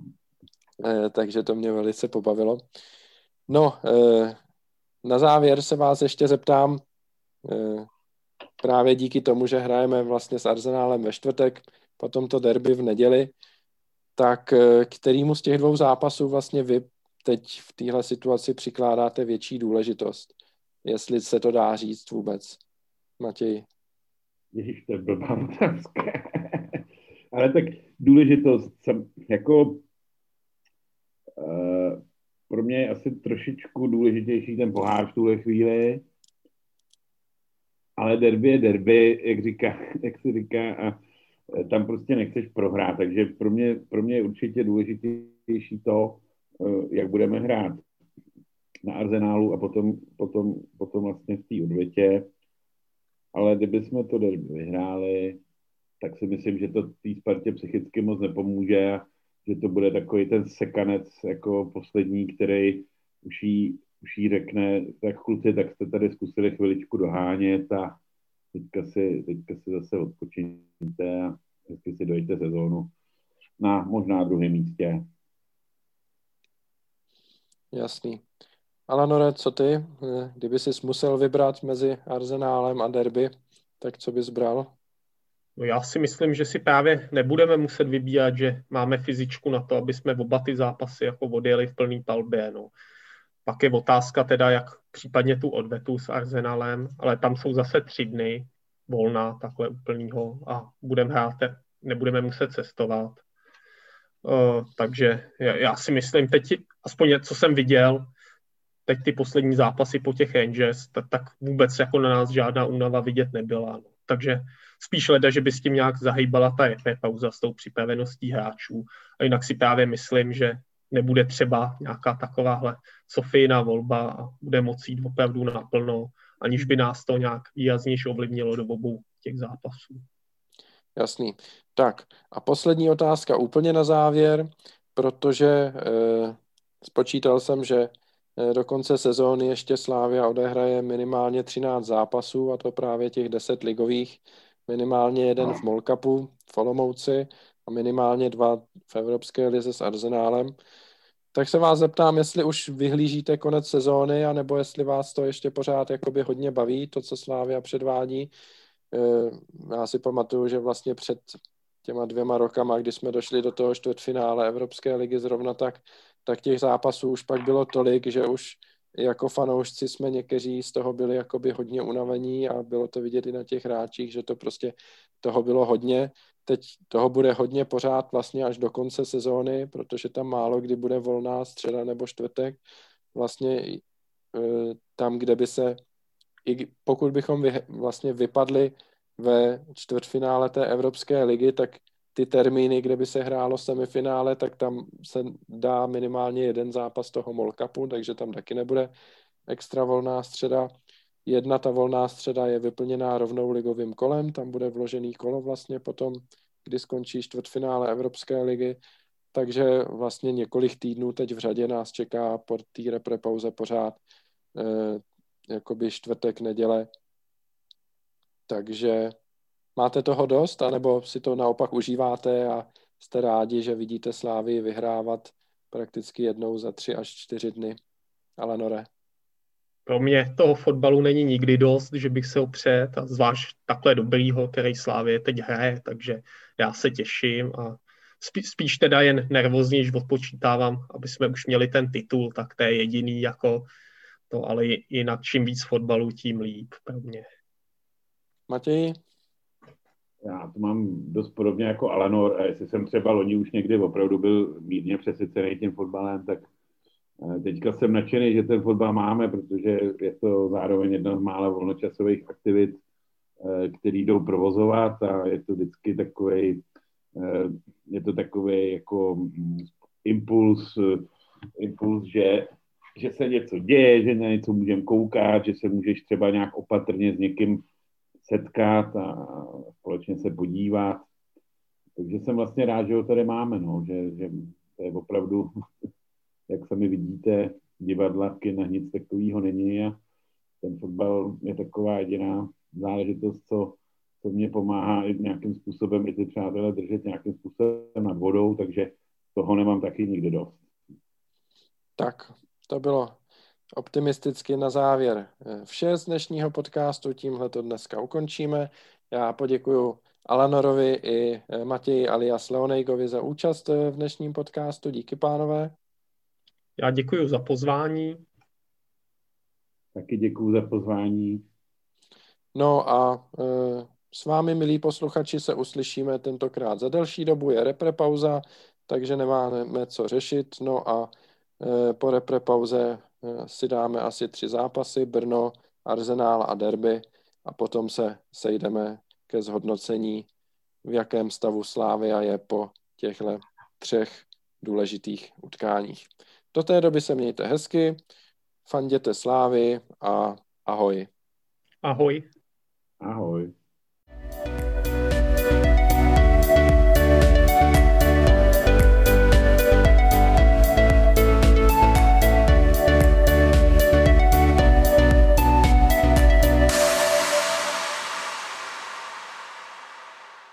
e, takže to mě velice pobavilo. No, e, na závěr se vás ještě zeptám, e, právě díky tomu, že hrajeme vlastně s Arsenálem ve čtvrtek, potom to derby v neděli, tak kterýmu z těch dvou zápasů vlastně vy teď v téhle situaci přikládáte větší důležitost? Jestli se to dá říct vůbec. Matěj. Ježiš, to je blbá otázka. Ale tak důležitost, jako uh, pro mě je asi trošičku důležitější ten pohár v tuhle chvíli, ale derby je derby, jak, říká, jak se říká, a tam prostě nechceš prohrát, takže pro mě, pro mě je určitě důležitější to, jak budeme hrát na Arsenálu a potom, potom, potom vlastně v té odvětě, ale kdyby jsme to derby vyhráli, tak si myslím, že to té Spartě psychicky moc nepomůže a že to bude takový ten sekanec jako poslední, který už jí, už jí řekne, tak kluci, tak jste tady zkusili chviličku dohánět a teďka si, teďka si zase odpočiňte a vždycky si dojďte sezónu na možná druhém místě. Jasný. Alanore, co ty? Kdyby jsi musel vybrat mezi Arsenálem a Derby, tak co bys bral? No já si myslím, že si právě nebudeme muset vybírat, že máme fyzičku na to, aby jsme oba ty zápasy jako odjeli v plný palbě. No. Pak je otázka teda, jak případně tu odvetu s Arsenalem, ale tam jsou zase tři dny volná, takhle úplnýho a budeme hrát, nebudeme muset cestovat. Uh, takže já, já si myslím, teď, aspoň co jsem viděl, teď ty poslední zápasy po těch Rangers, tak, tak vůbec jako na nás žádná únava vidět nebyla. No. Takže spíš leda, že by s tím nějak zahýbala ta pauza s tou připraveností hráčů. A jinak si právě myslím, že nebude třeba nějaká takováhle Sofijina volba a bude moci jít opravdu naplno, aniž by nás to nějak výraznější ovlivnilo do obou těch zápasů. Jasný. Tak a poslední otázka úplně na závěr, protože eh, spočítal jsem, že eh, do konce sezóny ještě Slavia odehraje minimálně třináct zápasů, a to právě těch deset ligových, minimálně jeden v MOL Cupu v Olomouci a minimálně dva v Evropské lize s Arsenálem. Tak se vás zeptám, jestli už vyhlížíte konec sezóny, anebo jestli vás to ještě pořád jakoby hodně baví, to, co Slavia předvádí. Já si pamatuju, že vlastně před těma dvěma rokama, kdy jsme došli do toho čtvrtfinále Evropské ligy zrovna tak, tak těch zápasů už pak bylo tolik, že už jako fanoušci jsme někteří z toho byli jakoby hodně unavení a bylo to vidět i na těch hráčích, že to prostě toho bylo hodně. Teď toho bude hodně pořád vlastně až do konce sezóny, protože tam málo kdy bude volná středa nebo čtvrtek. Vlastně tam, kde by se, i pokud bychom vy, vlastně vypadli ve čtvrtfinále té Evropské ligy, tak ty termíny, kde by se hrálo semifinále, tak tam se dá minimálně jeden zápas toho MOL Cupu, takže tam taky nebude extra volná středa. Jedna ta volná středa je vyplněná rovnou ligovým kolem, tam bude vložený kolo vlastně potom, kdy skončí čtvrtfinále Evropské ligy, takže vlastně několik týdnů teď v řadě nás čeká po té repre pauze pořád eh, jakoby čtvrtek, neděle. Takže máte toho dost, anebo si to naopak užíváte a jste rádi, že vidíte Slávii vyhrávat prakticky jednou za tři až čtyři dny? Alanore. Pro mě toho fotbalu není nikdy dost, že bych se opřet, a zvlášť takhle dobrýho, který Slávie teď hraje, takže já se těším a spí, spíš teda jen nervóznější odpočítávám, aby jsme už měli ten titul, tak to je jediný jako to, ale jinak čím víc fotbalu, tím líp pro mě. Matěj? Já to mám dost podobně jako Alanor, a jestli jsem třeba loni už někdy opravdu byl mírně přesycený tím fotbalem, tak teďka jsem nadšený, že ten fotbal máme, protože je to zároveň jedna z mála volnočasových aktivit, který jdou provozovat, a je to vždycky takovej, je to takový jako impuls, impuls, že, že se něco děje, že na něco můžeme koukat, že se můžeš třeba nějak opatrně s někým setkat a společně se podívat. Takže jsem vlastně rád, že ho tady máme, no, že, že to je opravdu, jak sami vidíte, divadla, kina, nic takového není, a ten fotbal je taková jediná záležitost, co, co mě pomáhá i nějakým způsobem i ty přátelé držet nějakým způsobem nad vodou, takže toho nemám taky nikdy dost. Tak, to bylo optimisticky na závěr vše z dnešního podcastu, tímhle to dneska ukončíme. Já poděkuju Alanorovi i Matěji alias Leonejgovi za účast v dnešním podcastu. Díky, pánové. Já děkuji za pozvání. Taky děkuji za pozvání. No a e, s vámi, milí posluchači, se uslyšíme tentokrát za delší dobu. Je repre pauza, takže nemáme co řešit. No a e, po repre pauze e, si dáme asi tři zápasy, Brno, Arsenal a Derby, a potom se sejdeme ke zhodnocení, v jakém stavu Slavia je po těchto třech důležitých utkáních. Do té doby se mějte hezky, fanděte Slávy a ahoj. Ahoj. Ahoj.